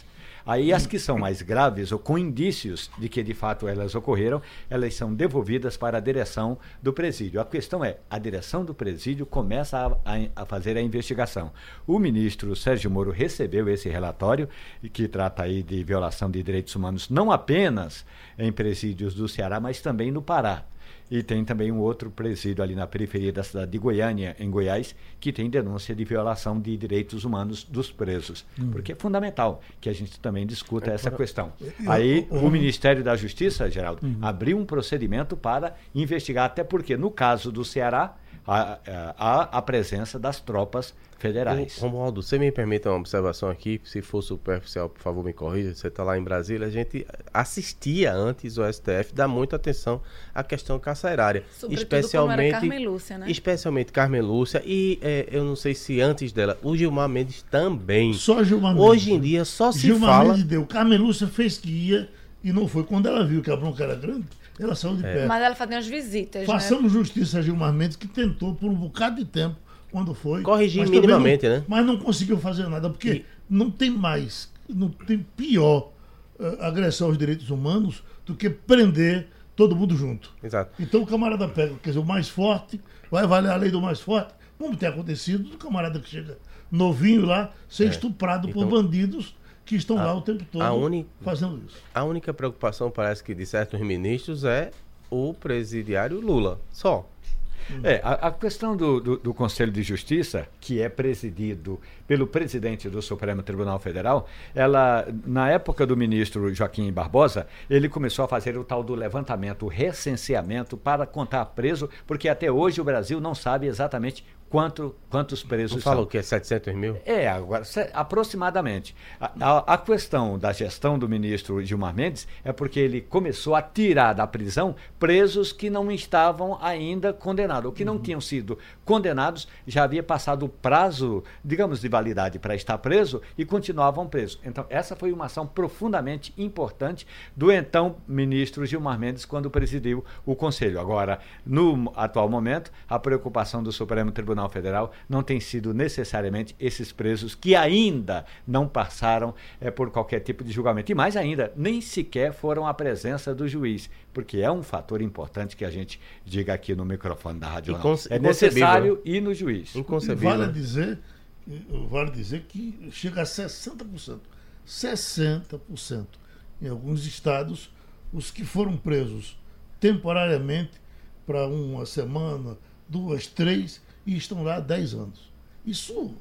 Aí as que são mais graves ou com indícios de que de fato elas ocorreram, elas são devolvidas para a direção do presídio. A questão é, a direção do presídio começa a, a, a fazer a investigação. O ministro Sérgio Moro recebeu esse relatório, que trata aí de violação de direitos humanos, não apenas em presídios do Ceará, mas também no Pará. E tem também um outro presídio ali na periferia da cidade de Goiânia, em Goiás, que tem denúncia de violação de direitos humanos dos presos. Hum. Porque é fundamental que a gente também discuta é, essa para... questão. Eu, Aí eu, eu, o Ministério da Justiça, Geraldo, hum. abriu um procedimento para investigar, até porque no caso do Ceará, há, há a presença das tropas federais. Ô, Romualdo, você me permite uma observação aqui, se for superficial, por favor, me corrija. Você está lá em Brasília, a gente assistia antes o S T F dar muita atenção à questão carcerária. Sobretudo especialmente, como era Carmen Lúcia, né? Especialmente Carmen Lúcia e é, eu não sei se antes dela, o Gilmar Mendes também. Só Gilmar Mendes. Hoje em dia só se Gilmar fala... Mendes deu. Carmen Lúcia fez que ia e não foi. Quando ela viu que a bronca era grande, ela saiu de é. perto. Mas ela fazia umas visitas, Façamos né? justiça a Gilmar Mendes, que tentou por um bocado de tempo, quando foi. Corrigir mas minimamente, não, né? Mas não conseguiu fazer nada, porque E... não tem mais, não tem pior uh, agressão aos direitos humanos do que prender todo mundo junto. Exato. Então o camarada pega, quer dizer, o mais forte, vai valer a lei do mais forte, como tem acontecido do camarada que chega novinho lá, ser é. estuprado então, por bandidos que estão a, lá o tempo todo uni... fazendo isso. A única preocupação, parece que de certos ministros, é o presidiário Lula, só. É, a, a questão do, do, do Conselho de Justiça, que é presidido pelo presidente do Supremo Tribunal Federal, ela, na época do ministro Joaquim Barbosa, ele começou a fazer o tal do levantamento, o recenseamento para contar preso, porque até hoje o Brasil não sabe exatamente quanto, quantos presos são. Fala o que? setecentos mil? É, agora, aproximadamente. A, a, a questão da gestão do ministro Gilmar Mendes é porque ele começou a tirar da prisão presos que não estavam ainda condenados, ou que não uhum. tinham sido condenados, já havia passado o prazo, digamos, de validade para estar preso e continuavam presos. Então, essa foi uma ação profundamente importante do então ministro Gilmar Mendes quando presidiu o Conselho. Agora, no atual momento, a preocupação do Supremo Tribunal Federal não tem sido necessariamente esses presos que ainda não passaram é, por qualquer tipo de julgamento. E mais ainda, nem sequer foram à presença do juiz, porque é um fator importante que a gente diga aqui no microfone da Rádio Jornal. É necessário ir no juiz. Inconcebível. Vale dizer, vale dizer que chega a sessenta por cento. sessenta por cento. Em alguns estados, os que foram presos temporariamente para uma semana, duas, três, e estão lá há dez anos. Isso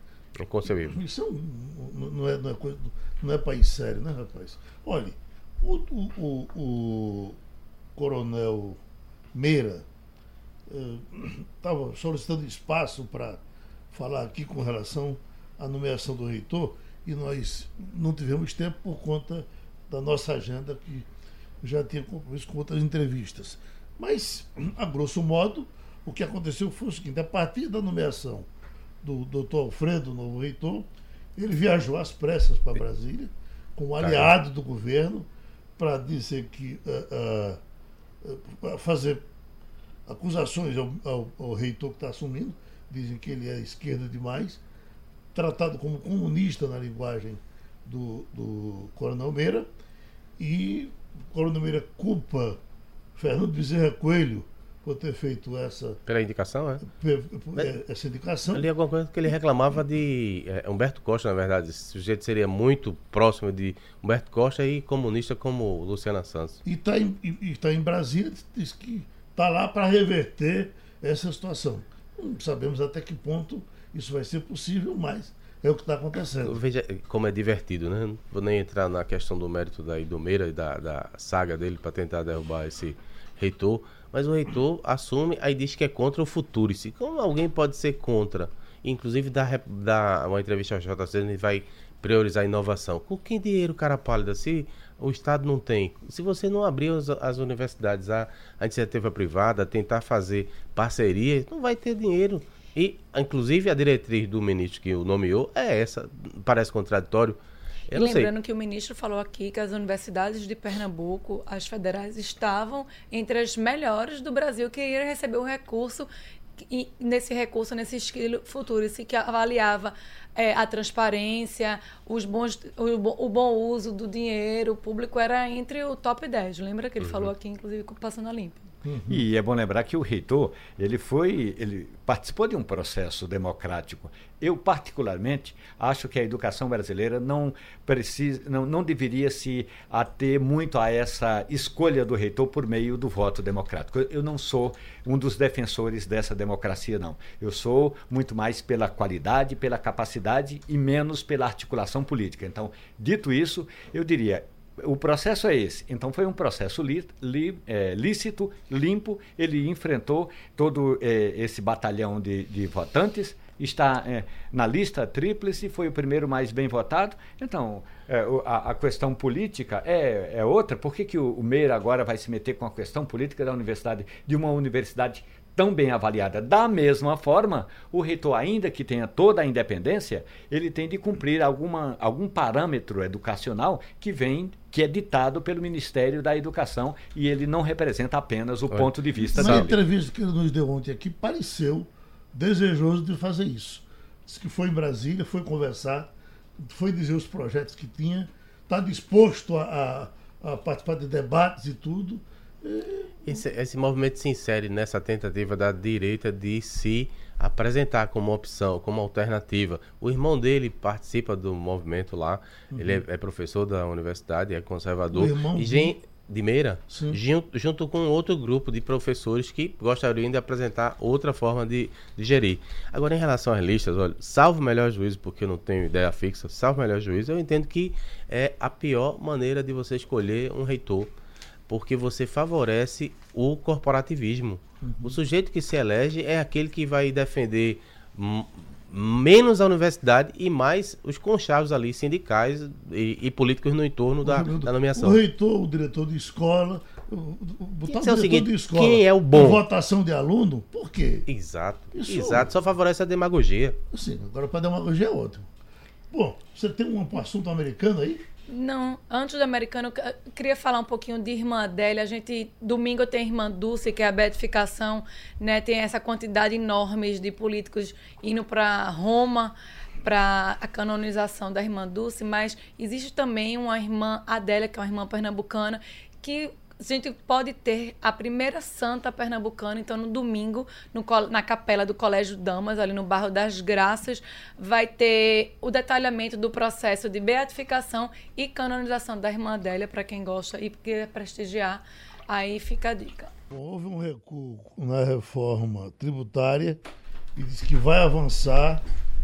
é concebível. Isso é um, não, é, não, é coisa, não é país sério, né, rapaz? Olha, o, o, o, o coronel Meira estava eh, solicitando espaço para falar aqui com relação à nomeação do reitor e nós não tivemos tempo por conta da nossa agenda, que já tinha compromisso com outras entrevistas. Mas, a grosso modo, o que aconteceu foi o seguinte: a partir da nomeação do doutor Alfredo, novo reitor, ele viajou às pressas para Brasília, com um aliado do governo, para dizer que uh, uh, uh, fazer acusações ao, ao, ao reitor que está assumindo. Dizem que ele é esquerda demais, tratado como comunista na linguagem do, do Coronel Meira, e o Coronel Meira culpa Fernando Bezerra Coelho por ter feito essa... Pela indicação, é? Essa indicação. Ali alguma coisa que ele reclamava de é, Humberto Costa, na verdade. Esse sujeito seria muito próximo de Humberto Costa e comunista como Luciana Santos. E está em, e tá em Brasília, diz que está lá para reverter essa situação. Não sabemos até que ponto isso vai ser possível, mas é o que está acontecendo. Veja como é divertido, né? Não vou nem entrar na questão do mérito da Idomeira e da, da saga dele para tentar derrubar esse reitor, mas o reitor assume, aí diz que é contra o Futurice. Como alguém pode ser contra? Inclusive, dá, dá uma entrevista ao J C, ele vai priorizar a inovação. Com que dinheiro, cara pálida, se o Estado não tem? Se você não abrir as, as universidades, a, a iniciativa privada, tentar fazer parcerias, não vai ter dinheiro. E, inclusive, a diretriz do ministro que o nomeou é essa. Parece contraditório. Eu e não lembrando sei. que o ministro falou aqui que as universidades de Pernambuco, as federais, estavam entre as melhores do Brasil, que iriam receber o recurso e nesse recurso, nesse esquilo futuro, esse que avaliava é, a transparência, os bons, o, o bom uso do dinheiro público, era entre o top dez. Lembra que ele uhum. falou aqui, inclusive, com o Passando a Limpo. Uhum. E é bom lembrar que o reitor, ele foi, ele participou de um processo democrático. Eu, particularmente, acho que a educação brasileira não precisa, não, não deveria se ater muito a essa escolha do reitor por meio do voto democrático. Eu não sou um dos defensores dessa democracia, não. Eu sou muito mais pela qualidade, pela capacidade e menos pela articulação política. Então, dito isso, eu diria, o processo é esse. Então foi um processo li, li, é, lícito, limpo. Ele enfrentou todo é, esse batalhão de, de votantes, está é, na lista tríplice, foi o primeiro mais bem votado. Então, é, a, a questão política é, é outra. Por que, que o, o Meira agora vai se meter com a questão política da universidade, de uma universidade tão bem avaliada? Da mesma forma, o reitor, ainda que tenha toda a independência, ele tem de cumprir alguma, algum parâmetro educacional que vem, que é ditado pelo Ministério da Educação, e ele não representa apenas o Oi. ponto de vista Na dele. Na entrevista que ele nos deu ontem aqui, pareceu desejoso de fazer isso. Disse que foi em Brasília, foi conversar, foi dizer os projetos que tinha, está disposto a, a, a participar de debates e tudo. Esse, esse movimento se insere nessa tentativa da direita de se apresentar como opção, como alternativa. O irmão dele participa do movimento lá, uhum. ele é, é professor da universidade, é conservador. O irmão e gen, de Meira, junto, junto com outro grupo de professores que gostariam de apresentar outra forma de, de gerir. Agora, em relação às listas, olha, salvo o melhor juízo, porque eu não tenho ideia fixa, salvo o melhor juízo, eu entendo que é a pior maneira de você escolher um reitor, porque você favorece o corporativismo. Uhum. O sujeito que se elege é aquele que vai defender m- menos a universidade e mais os conchavos ali sindicais e, e políticos no entorno da, da nomeação. O reitor, o diretor de escola, o, o, botar o diretor o seguinte, de escola, quem é o bom? Votação de aluno, por quê? Exato, Isso, exato, só favorece a demagogia. Sim, agora para demagogia é outro. Bom, você tem um, um assunto americano aí? Não, antes do americano, eu queria falar um pouquinho de Irmã Adélia. A gente, domingo tem a Irmã Dulce, que é a beatificação, né? Tem essa quantidade enorme de políticos indo para Roma para a canonização da Irmã Dulce, mas existe também uma Irmã Adélia, que é uma irmã pernambucana, que a gente pode ter a primeira santa pernambucana. Então, no domingo, no, na capela do Colégio Damas, ali no bairro das Graças, vai ter o detalhamento do processo de beatificação e canonização da Irmã Adélia, para quem gosta e quer prestigiar. Aí fica a dica. Houve um recuo na reforma tributária e diz que vai avançar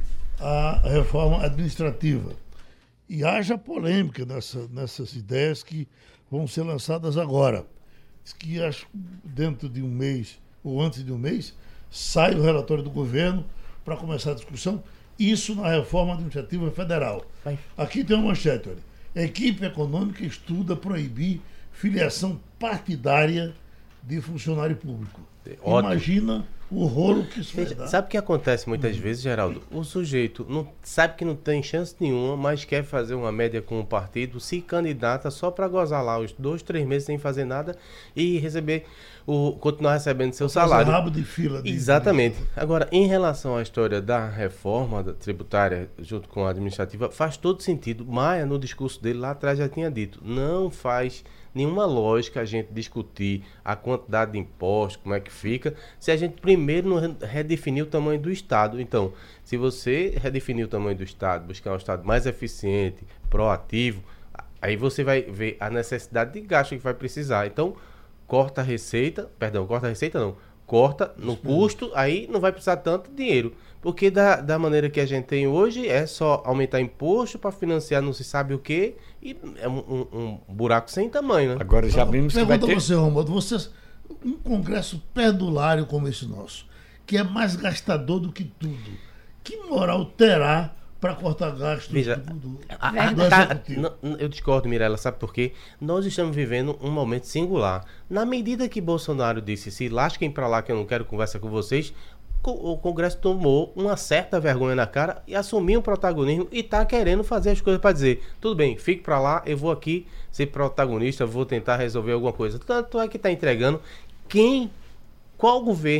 a reforma administrativa. E haja polêmica nessa, nessas ideias que vão ser lançadas agora. Diz que acho dentro de um mês, ou antes de um mês, sai o relatório do governo para começar a discussão. Isso na reforma administrativa federal. Vai. Aqui tem uma manchete, olha. Equipe econômica estuda proibir filiação partidária de funcionário público. Ótimo. Imagina o rolo que isso vai dar. Sabe o que acontece muitas hum. vezes, Geraldo? O sujeito não, sabe que não tem chance nenhuma, mas quer fazer uma média com o partido, se candidata só para gozar lá os dois, três meses sem fazer nada e receber o, continuar recebendo seu salário. Rabo de fila. De Exatamente. De... Agora, em relação à história da reforma da tributária junto com a administrativa, faz todo sentido. Maia, no discurso dele lá atrás, já tinha dito, não faz nenhuma lógica a gente discutir a quantidade de impostos, como é que fica, se a gente primeiro não redefinir o tamanho do Estado. Então, se você redefinir o tamanho do Estado, buscar um Estado mais eficiente, proativo, aí você vai ver a necessidade de gasto que vai precisar. Então, corta a receita, perdão, corta a receita não, corta no custo, aí não vai precisar tanto dinheiro. Porque da, da maneira que a gente tem hoje, é só aumentar imposto para financiar não se sabe o quê, e é um, um, um buraco sem tamanho, né? Agora já vimos que vai ter... você, Romualdo, vocês, um congresso perdulário como esse nosso, que é mais gastador do que tudo, que moral terá para cortar gastos? Veja, do, do, a, a, do tá, não, eu discordo, Mirella, sabe por quê? Nós estamos vivendo um momento singular. Na medida que Bolsonaro disse, se lasquem para lá que eu não quero conversa com vocês, o Congresso tomou uma certa vergonha na cara e assumiu o protagonismo e está querendo fazer as coisas para dizer, tudo bem, fique para lá, eu vou aqui ser protagonista, vou tentar resolver alguma coisa. Tanto é que está entregando quem, qual governo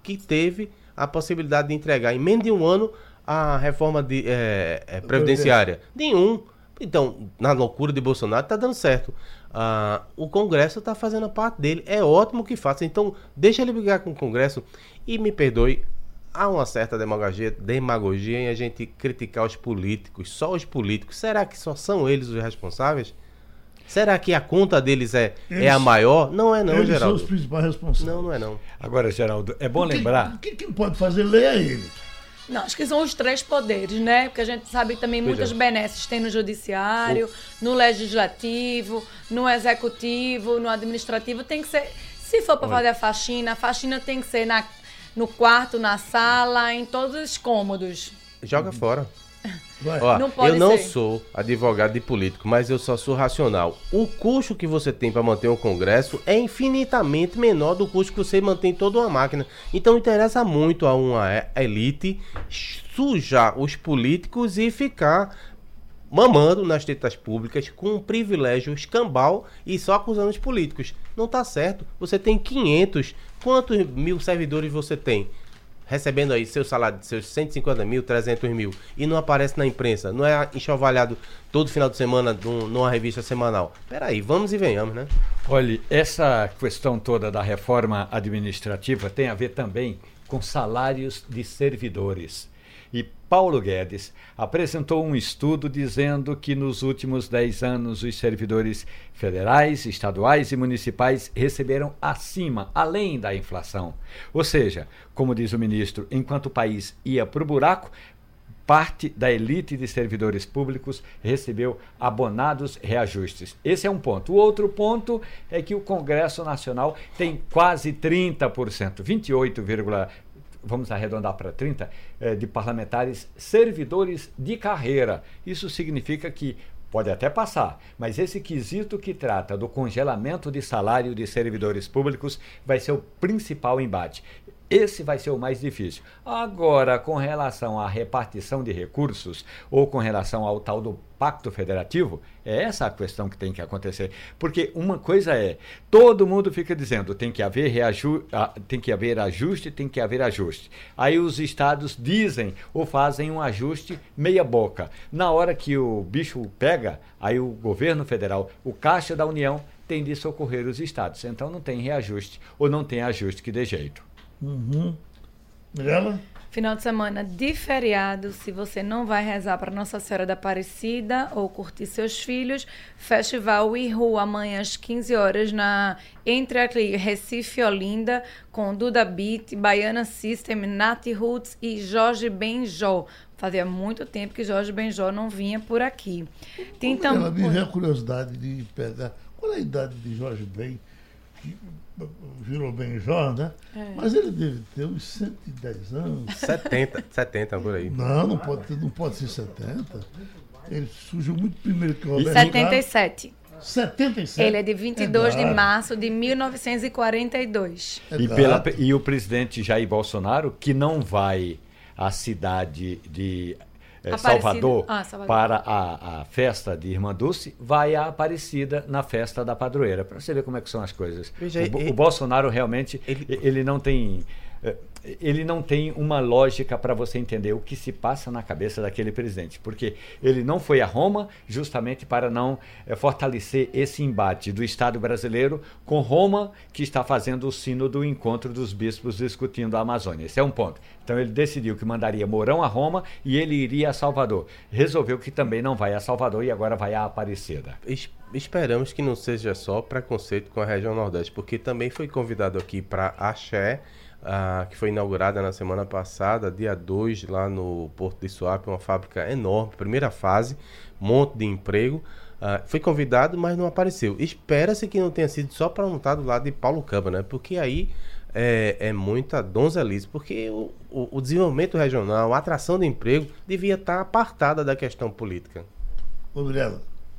que teve a possibilidade de entregar em menos de um ano a reforma de, é, é, previdenciária. Nenhum. Então, na loucura de Bolsonaro, está dando certo. Ah, o Congresso está fazendo a parte dele. É ótimo que faça. Então, deixa ele brigar com o Congresso. E me perdoe, há uma certa demagogia, demagogia em a gente criticar os políticos, só os políticos. Será que só são eles os responsáveis? Será que a conta deles é, eles, é a maior? Não é não, eles Geraldo. Eles são os principais responsáveis. Não, não é não. Agora, Geraldo, é bom o que, lembrar... O que quem pode fazer lei é ele. Não, acho que são os três poderes, né? Porque a gente sabe que também Pois muitas é. benesses tem no judiciário, no legislativo, no executivo, no administrativo. Tem que ser... Se for para fazer a faxina, a faxina tem que ser na, no quarto, na sala, em todos os cômodos. Joga fora. Vai. Ó, Não pode eu não ser. sou advogado de político, mas eu só sou racional. O custo que você tem para manter um congresso é infinitamente menor do custo que você mantém toda uma máquina. Então interessa muito a uma elite sujar os políticos e ficar mamando nas tetas públicas com um privilégio escambau e só acusando os políticos. Não tá certo. Você tem quinhentos. Quantos mil servidores você tem? Recebendo aí seu salário de seus cento e cinquenta mil, trezentos mil, e não aparece na imprensa, não é enxovalhado todo final de semana num, numa revista semanal. Peraí, vamos e venhamos, né? Olha, essa questão toda da reforma administrativa tem a ver também com salários de servidores. E Paulo Guedes apresentou um estudo dizendo que nos últimos dez anos os servidores federais, estaduais e municipais receberam acima, além da inflação. Ou seja, como diz o ministro, enquanto o país ia para o buraco, parte da elite de servidores públicos recebeu abonados reajustes. Esse é um ponto. O outro ponto é que o Congresso Nacional tem quase trinta por cento, vinte e oito, vamos arredondar para trinta, eh, de parlamentares servidores de carreira. Isso significa que pode até passar, mas esse quesito que trata do congelamento de salário de servidores públicos vai ser o principal embate. Esse vai ser o mais difícil. Agora, com relação à repartição de recursos ou com relação ao tal do Pacto Federativo, é essa a questão que tem que acontecer. Porque uma coisa é, todo mundo fica dizendo, tem que haver reaju- tem que haver ajuste, tem que haver ajuste. Aí os estados dizem ou fazem um ajuste meia boca. Na hora que o bicho pega, aí o governo federal, o Caixa da União, tem de socorrer os estados. Então não tem reajuste ou não tem ajuste que dê jeito. Uhum. Mirela? Final de semana de feriado, se você não vai rezar para Nossa Senhora da Aparecida ou curtir seus filhos, Festival Ihu amanhã às quinze horas na Entre aqui Recife e Olinda, com Duda Beat, Baiana System, Nath Roots e Jorge Benjó. Fazia muito tempo que Jorge Benjó não vinha por aqui. Tem, então, Ela me veio a curiosidade de pegar. Qual é a idade de Jorge Ben? Que virou Benjó, né? É. Mas ele deve ter uns cento e dez anos. setenta, setenta por aí. Não, não pode, ter, não pode ser setenta. Ele surgiu muito primeiro que o Roberto setenta e sete. Carlos. setenta e sete. Ele é de vinte e dois É de dado. março de mil novecentos e quarenta e dois. É E, dado. pela, e o presidente Jair Bolsonaro, que não vai à cidade de eh, Aparecida. Salvador, Ah, Salvador. para a, a festa de Irmã Dulce, vai à Aparecida na festa da padroeira, para você ver como é que são as coisas. Veja, o, Bo- e- o Bolsonaro realmente, Ele- ele, ele não tem... eh, ele não tem uma lógica para você entender o que se passa na cabeça daquele presidente, porque ele não foi a Roma justamente para não eh, fortalecer esse embate do Estado brasileiro com Roma, que está fazendo o sino do encontro dos bispos discutindo a Amazônia. Esse é um ponto. Então ele decidiu que mandaria Mourão a Roma e ele iria a Salvador. Resolveu que também não vai a Salvador e agora vai a Aparecida. Es- Esperamos que não seja só preconceito com a região Nordeste, porque também foi convidado aqui para Axé, ah, que foi inaugurada na semana passada, dia dois, lá no Porto de Suape, uma fábrica enorme, primeira fase, monte de emprego. Ah, foi convidado, mas não apareceu. Espera-se que não tenha sido só para não estar do lado de Paulo Câmara, né? Porque aí é, é muita donzelice, porque o, o, o desenvolvimento regional, a atração de emprego, devia estar apartada da questão política. Ô, Mirela,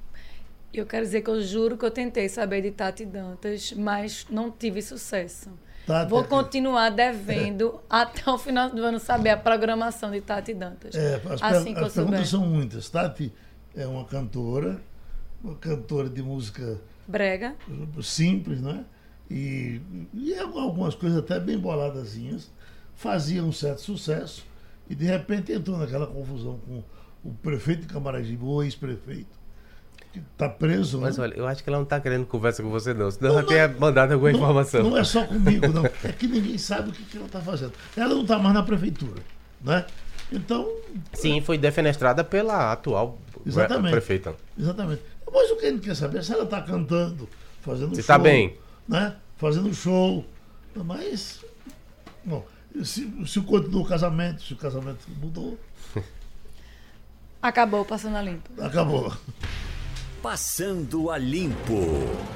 Eu quero dizer que eu juro que eu tentei saber de Tati Dantas, mas não tive sucesso. Tati, Vou continuar devendo até o final do ano saber a programação de Tati Dantas. É, as, assim per- que eu as souber. perguntas são muitas. Tati é uma cantora, uma cantora de música Brega. simples, né? E, e algumas coisas até bem boladazinhas. fazia um certo sucesso e de repente entrou naquela confusão com o prefeito de Camaragibe, o ex-prefeito, que está preso. Mas né? olha, eu acho que ela não está querendo conversa com você não, senão Não, ela não, tenha mandado alguma não, informação. Não é só comigo, não. É que ninguém sabe o que, que ela está fazendo. Ela não está mais na prefeitura, né? Então... Sim, foi defenestrada pela atual Exatamente. prefeita. Exatamente. Mas o que a gente quer saber é se ela está cantando, fazendo Se show. está bem. Né? Fazendo show. Mas, bom, se, se continua o casamento, se o casamento mudou, Acabou Passando a Limpo. acabou. Passando a Limpo.